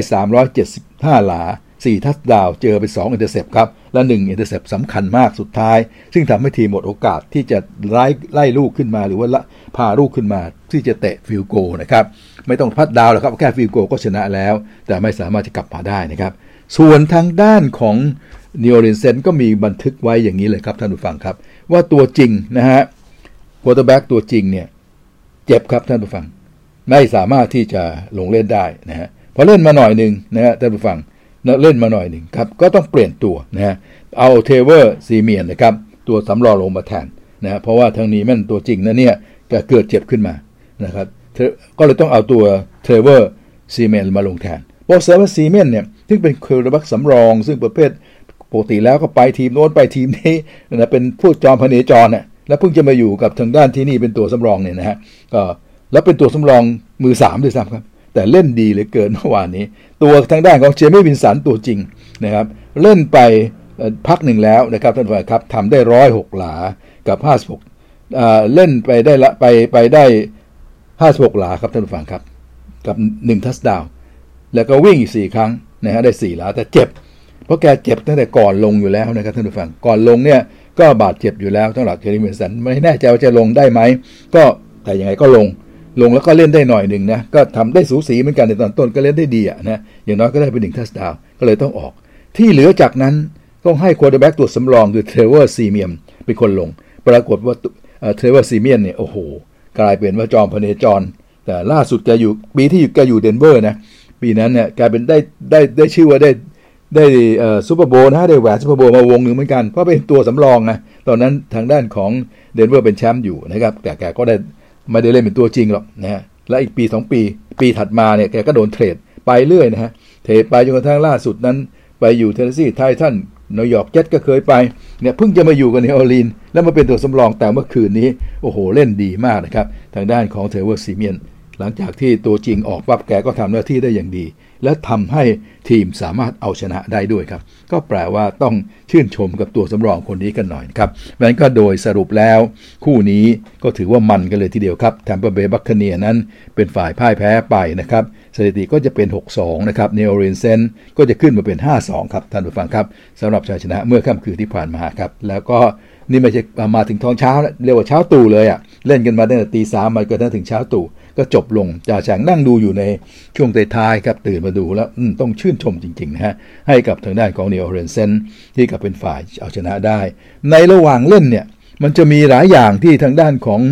375หลา4ทัชดาวน์เจอไป2อินเตอร์เซปครับและ1อินเตอร์เซปสำคัญมากสุดท้ายซึ่งทำให้ทีมหมดโอกาสที่จะไล่ลูกขึ้นมาหรือว่าพาลูกขึ้นมาที่จะเตะฟิลด์โกลนะครับไม่ต้องทัชดาวน์หรอกครับแค่ฟิลด์โกลก็ชนะแล้วแต่ไม่สามารถจะกลับมาได้นะครับส่วนทางด้านของนิวออร์ลีนส์เซนต์ก็มีบันทึกไว้อย่างนี้เลยครับท่านผู้ฟังครับว่าตัวจริงนะฮะควอเตอร์แบ็กตัวจริงเนี่ยเจ็บครับท่านผู้ฟังไม่สามารถที่จะลงเล่นได้นะฮะพอเล่นมาหน่อยนึงนะฮะท่านผู้ฟังเล่นมาหน่อยนึงครับก็ต้องเปลี่ยนตัวนะฮะเอาเทเวอร์ซีเมียนนะครับตัวสำรองลงมาแทนนะเพราะว่าทางนี้มันตัวจริงนะเนี่ยเกิดเจ็บขึ้นมานะครับก็เลยต้องเอาตัวเทเวอร์ซีเมียนมาลงแทนเพราะเซอร์ซีเมียนเนี่ยซึ่งเป็นควอเตอร์แบ็กสำรองซึ่งประเภทปกติแล้วก็ไปทีมโน้นไปทีมนี้นะเป็นผู้จอมพเนจรเนี่ยแล้วเพิ่งจะมาอยู่กับทางด้านที่นี่เป็นตัวสำรองเนี่ยนะฮะก็แล้วเป็นตัวสำรองมือ3ด้วยซ้ำครับแต่เล่นดีเหลือเกินเมื่อวานนี้ตัวทางด้านของเจมี่วินสันตัวจริงนะครับเล่นไปพักหนึ่งแล้วนะครับท่านผู้ชมครับทำได้106หลากับ56เล่นไปได้ละไปได้56หลาครับท่านผู้ฟังครับกับ1ทัชดาวน์แล้วก็วิ่งอีก4ครั้งนะฮะได้4หลาแต่เจ็บเพราะแกเจ็บตั้งแต่ก่อนลงอยู่แล้วนะครับท่านผู้ฟังก่อนลงเนี่ยก็บาดเจ็บอยู่แล้วสำหรับเจมี่วินสันไม่แน่ใจว่าจะลงได้ไหมก็แต่ยังไงก็ลงแล้วก็เล่นได้หน่อยหนึ่งนะก็ทำได้สูสีเหมือนกันในตอนต้นก็เล่นได้ดีอ่ะนะอย่างน้อยก็ได้เป็น1ทัชดาวน์ก็เลยต้องออกที่เหลือจากนั้นต้องให้ควอเตอร์แบ็กตัวสำรองคือเทรเวอร์ซีเมียมเป็นคนลงปรากฏว่าเทรเวอร์ซีเมียมเนี่ยโอ้โหกลายเป็นว่าจอมพเนจรแต่ล่าสุดแกอยู่ปีที่แกอยู่เดนเวอร์นะปีนั้นเนี่ยกลายเป็นได้ชื่อว่าได้ซูเปอร์โบว์นะได้แหวนซูเปอร์โบว์มาวงหนึ่งเหมือนกันเพราะเป็นตัวสำรองนะตอนนั้นทางด้านของเดนเวอร์เป็นแชมป์อยู่นะครับแต่แกก็ไม่ได้เล่นเป็นตัวจริงหรอกนะฮะและอีกปี2ปีถัดมาเนี่ยแกก็โดนเทรดไปเรื่อยนะฮะเทรดไปจนกระทั่งล่าสุดนั้นไปอยู่เทนเนสซีไททันนิวยอร์กเจ็ตก็เคยไปเนี่ยเพิ่งจะมาอยู่กับนิวออร์ลีนส์แล้วมาเป็นตัวสำรองแต่เมื่อคืนนี้โอ้โหเล่นดีมากนะครับทางด้านของเทรเวอร์ซีเมียนหลังจากที่ตัวจริงออกปั๊บแกก็ทำหน้าที่ได้อย่างดีและทำให้ทีมสามารถเอาชนะได้ด้วยครับก็แปลว่าต้องชื่นชมกับตัวสำรองคนนี้กันหน่อยครับงั้นก็โดยสรุปแล้วคู่นี้ก็ถือว่ามันกันเลยทีเดียวครับแทมเปอร์เบย์บัคคาเนียร์นั้นเป็นฝ่ายพ่ายแพ้ไปนะครับสถิติก็จะเป็น 6-2 นะครับนิวออร์ลีนส์ก็จะขึ้นมาเป็น 5-2 ครับท่านผู้ฟังครับสำหรับชัยชนะเมื่อค่ำคืนที่ผ่านมาครับแล้วก็นี่ไม่ใช่มาถึงตอนเช้าเรียกว่าเช้าตู่เลยอ่ะเล่นกันมาตั้งแต่ 3:00 นมาจนถึงเช้าตู่ก็จบลงจ่าแฉงนั่งดูอยู่ในช่วงท้ายๆครับตื่นมาดูแล้วต้องชื่นชมจริงๆนะฮะให้กับทางด้านของนิวออร์ลีนส์ที่กับเป็นฝ่ายเอาชนะได้ในระหว่างเล่นเนี่ยมันจะมีหลายอย่างที่ทางด้านของ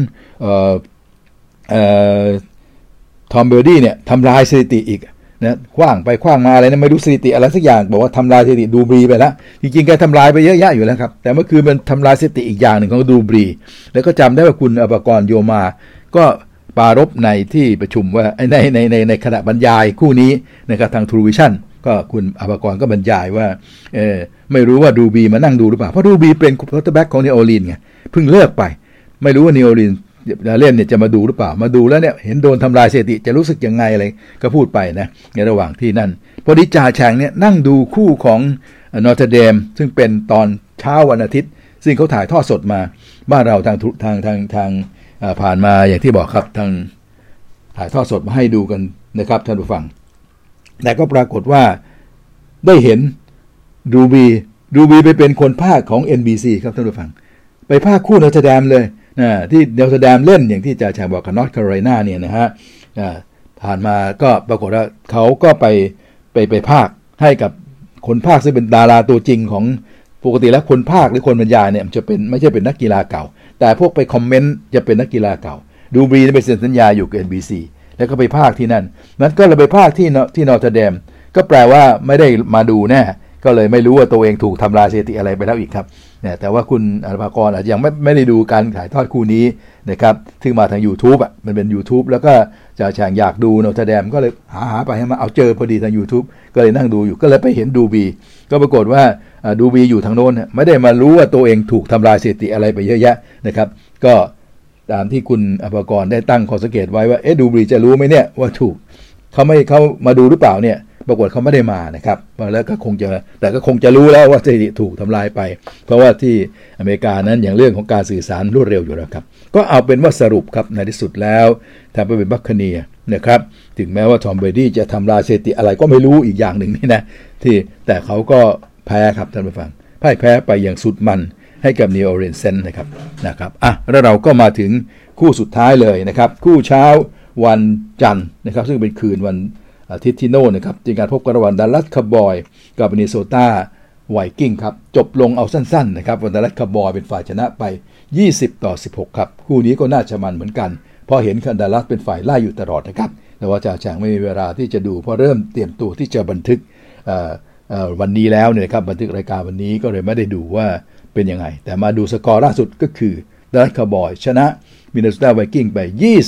ทอมเบอร์ดี้เนี่ยทำลายสถิติอีกนะคว้างไปคว้างมาอะไรนะไม่รู้สถิติอะไรสักอย่างบอกว่าทำลายสถิติดูบรีไปแล้วจริงๆแกทำลายไปเยอะแยะอยู่แล้วครับแต่เมื่อคืนมันทำลายสถิติอีกอย่างหนึ่งของดูบรีแล้วก็จำได้ว่าคุณอภกรโยมาก็ปารภในที่ประชุมว่าในขณะบรรยายคู่นี้นะครับทาง True Vision ก็คุณอภกรก็บรรยายว่าไม่รู้ว่าดูบรีมานั่งดูหรือเปล่าเพราะดูบรีเป็นควอเตอร์แบ็กของนิวออร์ลีนส์ไงเพิ่งเลิกไปไม่รู้ว่านิวออร์ลีนส์เล่นเนี่ยจะมาดูหรือเปล่ามาดูแล้วเนี่ยเห็นโดนทำลายสถิติจะรู้สึกยังไงอะไรก็พูดไปนะในระหว่างที่นั่นพอดีจ่าแฉงเนี่ยนั่งดูคู่ของนอร์ทเดมซึ่งเป็นตอนเช้าวันอาทิตย์ซึ่งเขาถ่ายทอดสดมาบ้านเราทางผ่านมาอย่างที่บอกครับทางถ่ายทอดสดมาให้ดูกันนะครับท่านผู้ฟังแต่ก็ปรากฏว่าได้เห็นดูบีไปเป็นคนพากย์ของ NBC ครับท่านผู้ฟังไปพากย์คู่นอร์ทเดมเลยที่นอร์ทเดมเล่นอย่างที่จ่าแฉงบอกกับนอร์ทแคโรไลนาเนี่ยนะฮะผ่านมาก็ปรากฏว่าเขาก็ไปพากย์ให้กับคนพากย์ซึ่งเป็นดาราตัวจริงของปกติแล้วคนพากย์หรือคนบรรยายเนี่ยจะเป็นไม่ใช่เป็นนักกีฬาเก่าแต่พวกไปคอมเมนต์จะเป็นนักกีฬาเก่าดูบรีไปเซ็นสัญญาอยู่กับ NBC แล้วก็ไปพากย์ที่นั่นนั้นก็เลยไปพากย์ที่นอร์ทเดมก็แปลว่าไม่ได้มาดูแน่ก็เลยไม่รู้ว่าตัวเองถูกทำลายสถิติอะไรไปแล้วอีกครับเนี่ยแต่ว่าคุณอภกรอาจจะยังไม่ได้ดูการถ่ายทอดคู่นี้นะครับซึ่งมาทาง YouTube มันเป็น YouTube แล้วก็จ่าแฉงอยากดูนอร์ทเดมก็เลยหาไปให้มาเอาเจอพอดีทาง YouTube ก็เลยนั่งดูอยู่ก็เลยไปเห็นดูบีก็ปรากฏว่าดูบีอยู่ทางโน้นไม่ได้มารู้ว่าตัวเองถูกทำลายสถิติอะไรไปเยอะแยะนะครับก็ตามที่คุณอภกรได้ตั้งข้อสังเกตไว้ว่าดูบีจะรู้ไหมเนี่ยว่าถูกเขามาดูหรือเปล่าเนี่ยปรากฏเขาไม่ได้มานะครับแล้วก็คงจะรู้แล้วว่าสถิติถูกทำลายไปเพราะว่าที่อเมริกานั้นอย่างเรื่องของการสื่อสารรวดเร็วอยู่แล้วครับก็เอาเป็นว่าสรุปครับในที่สุดแล้วแทมเปอร์เบย์บัคคาเนียร์นะครับถึงแม้ว่าทอมเบรดี้จะทำลายสถิติอะไรก็ไม่รู้อีกอย่างหนึ่งนี่นะแต่เขาก็แพ้ครับท่านผู้ฟังพ่ายแพ้ไปอย่างสุดมันให้กับนิวออร์ลีนส์นะครับแล้วเราก็มาถึงคู่สุดท้ายเลยนะครับคู่เช้าวันจันทร์นะครับซึ่งเป็นคืนวันอาทิตย์ที่โน่นนะครับในการพบกันระหว่างดัลลัสคาวบอยกับมินนิโซตาไวกิ้งครับจบลงเอาสั้นๆนะครับดัลลัสคาวบอยเป็นฝ่ายชนะไป20-16ครับคู่นี้ก็น่าจะมันเหมือนกันเพราะเห็นดัลลัสเป็นฝ่ายไล่อยู่ตลอดนะครับแต่ว่าจ่าแฉงไม่มีเวลาที่จะดูเพราะเริ่มเตรียมตัวที่จะบันทึกวันนี้แล้วเนี่ยครับบันทึกรายการวันนี้ก็เลยไม่ได้ดูว่าเป็นยังไงแต่มาดูสกอร์ล่าสุดก็คือดัลลัสคาวบอยชนะมินนิโซตาไวกิ้งไป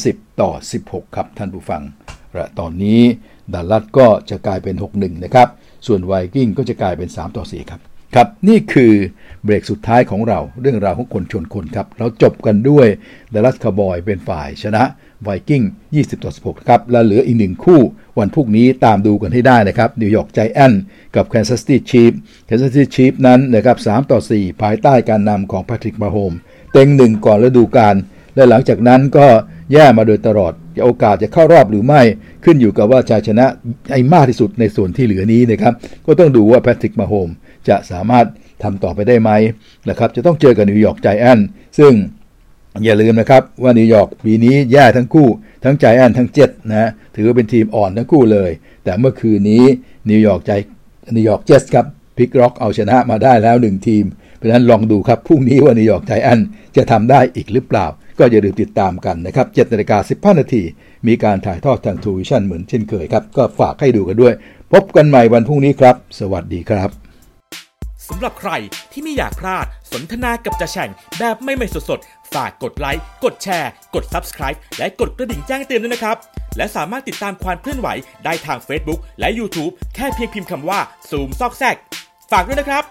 20-16ครับท่านผู้ฟังและตอนนี้ดัลลัสก็จะกลายเป็น 6-1 นะครับส่วนไวกิ้งก็จะกลายเป็น 3-4 ครับครับนี่คือเบรกสุดท้ายของเราเรื่องราวของคนชนคนครับเราจบกันด้วยดัลลัสคาวบอยเป็นฝ่ายชนะไวกิ้ง20-16ครับและเหลืออีก1คู่วันพรุ่งนี้ตามดูกันให้ได้นะครับนิวยอร์กไจแอนท์กับแคนซัสซิตี้ชีฟนั้นนะครับ3-4ภายใต้การนำของแพทริกมาโฮมเต็ง1ก่อนฤดูกาลและหลังจากนั้นก็แย่มาโดยตลอดโอกาสจะเข้ารอบหรือไม่ขึ้นอยู่กับว่าชัยชนะไอ้มากที่สุดในส่วนที่เหลือนี้นะครับก็ต้องดูว่าแพทริกมาโฮมจะสามารถทำต่อไปได้ไหมนะครับจะต้องเจอกับนิวยอร์กไจแอนท์ซึ่งอย่าลืมนะครับว่านิวยอร์กปีนี้แย่ทั้งคู่ทั้งไจแอนท์ทั้งเจ็ตนะถือว่าเป็นทีมอ่อนทั้งคู่เลยแต่เมื่อคืนนี้นิวยอร์กเจ็ตครับพลิกล็อกเอาชนะมาได้แล้ว1ทีมเพราะฉะนั้นลองดูครับพรุ่งนี้ว่านิวยอร์กไจแอนท์จะทำได้อีกหรือเปล่าก็อย่าลืมติดตามกันนะครับ 7:15 น.มีการถ่ายทอดทางทูวิชั่นเหมือนเช่นเคยครับก็ฝากให้ดูกันด้วยพบกันใหม่วันพรุ่งนี้ครับสวัสดีครับสำหรับใครที่ไม่อยากพลาดสนทนากับจ่าแฉ่งแบบไม่สดๆฝากกดไลค์กดแชร์กด Subscribe และกดกระดิ่งแจ้งเตือนด้วยนะครับและสามารถติดตามความเคลื่อนไหวได้ทาง Facebook และ YouTube แค่เพียงพิมพ์คำว่าซูมซอกแซกฝากด้วยนะครับ